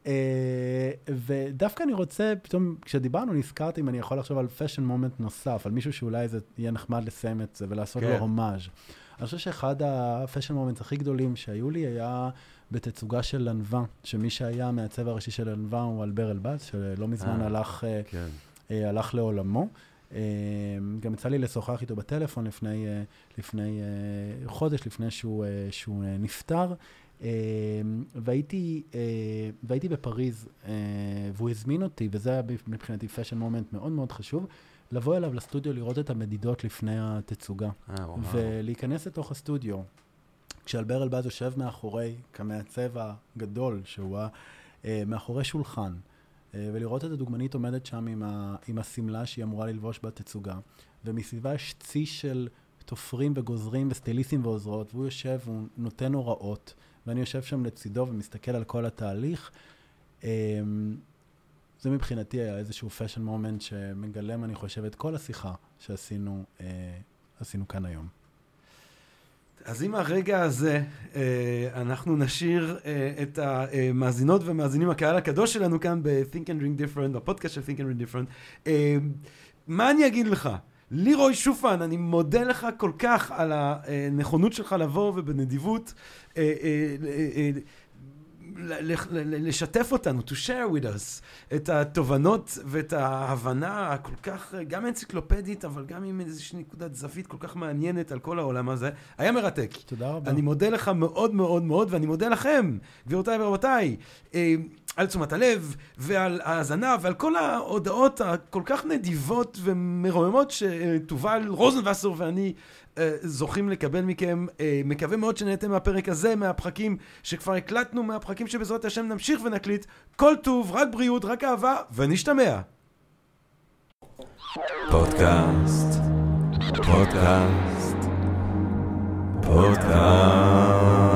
ודווקא אני רוצה, פתאום כשדיברנו נזכרתי אם אני יכול לחשוב על פאשן מומנט נוסף, על מישהו שאולי זה יהיה נחמד לסיים את זה ולעשות לו הומאז'. אני חושב שאחד הפאשן מומנטס הכי גדולים שהיו לי היה בתצוגה של לנווה, שמי שהיה המעצב הראשי של לנווה הוא אלבר אלבאז, שלא מזמן הלך לעולמו. גם יצא לי לשוחח איתו בטלפון לפני חודש, לפני שהוא נפטר. והייתי בפריז, והוא הזמין אותי, וזה היה מבחינתי פאשן מומנט מאוד מאוד חשוב, לבוא אליו לסטודיו לראות את המדידות לפני התצוגה, ולהיכנס לתוך הסטודיו, כשאלבר אלבז יושב מאחורי כמעצב הגדול, שהוא מאחורי שולחן, ולראות את הדוגמנית עומדת שם עם הסמלה שהיא אמורה ללבוש בתצוגה, ומסביבה יש צי של תופרים וגוזרים וסטייליסטים ועוזרות, והוא יושב והוא נותן הוראות, ואני יושב שם לצידו ומסתכל על כל התהליך. זה מבחינתי היה איזשהו fashion moment שמגלם, אני חושב, את כל השיחה שעשינו כאן היום.
אז עם הרגע הזה, אנחנו נשאיר את המאזינות ומאזינים, הקהל הקדוש שלנו כאן ב-Think and Drink Different, בפודקאסט של Think and Drink Different. מה אני אגיד לך? לירוי שופן, אני מודה לך כל כך על הנכונות שלך לבוא ובנדיבות לשתף אותנו, to share with us, את התובנות ואת ההבנה כל כך, גם אנציקלופדית, אבל גם עם איזושהי נקודת זווית כל כך מעניינת על כל העולם הזה. היה מרתק.
תודה רבה.
אני מודה לך מאוד מאוד מאוד, ואני מודה לכם, גבירותיי ורבותיי, על תשומת הלב ועל ההאזנה ועל כל ההודעות הכל כך נדיבות ומרוממות שתובל רוזנווסר ואני זוכים לקבל מכם. מקווה מאוד שנהנתם מהפרק הזה, מהפרקים שכבר הקלטנו, מהפרקים שבעזרת השם נמשיך ונקליט. כל טוב, רק בריאות, רק אהבה, ונשתמע. פודקאסט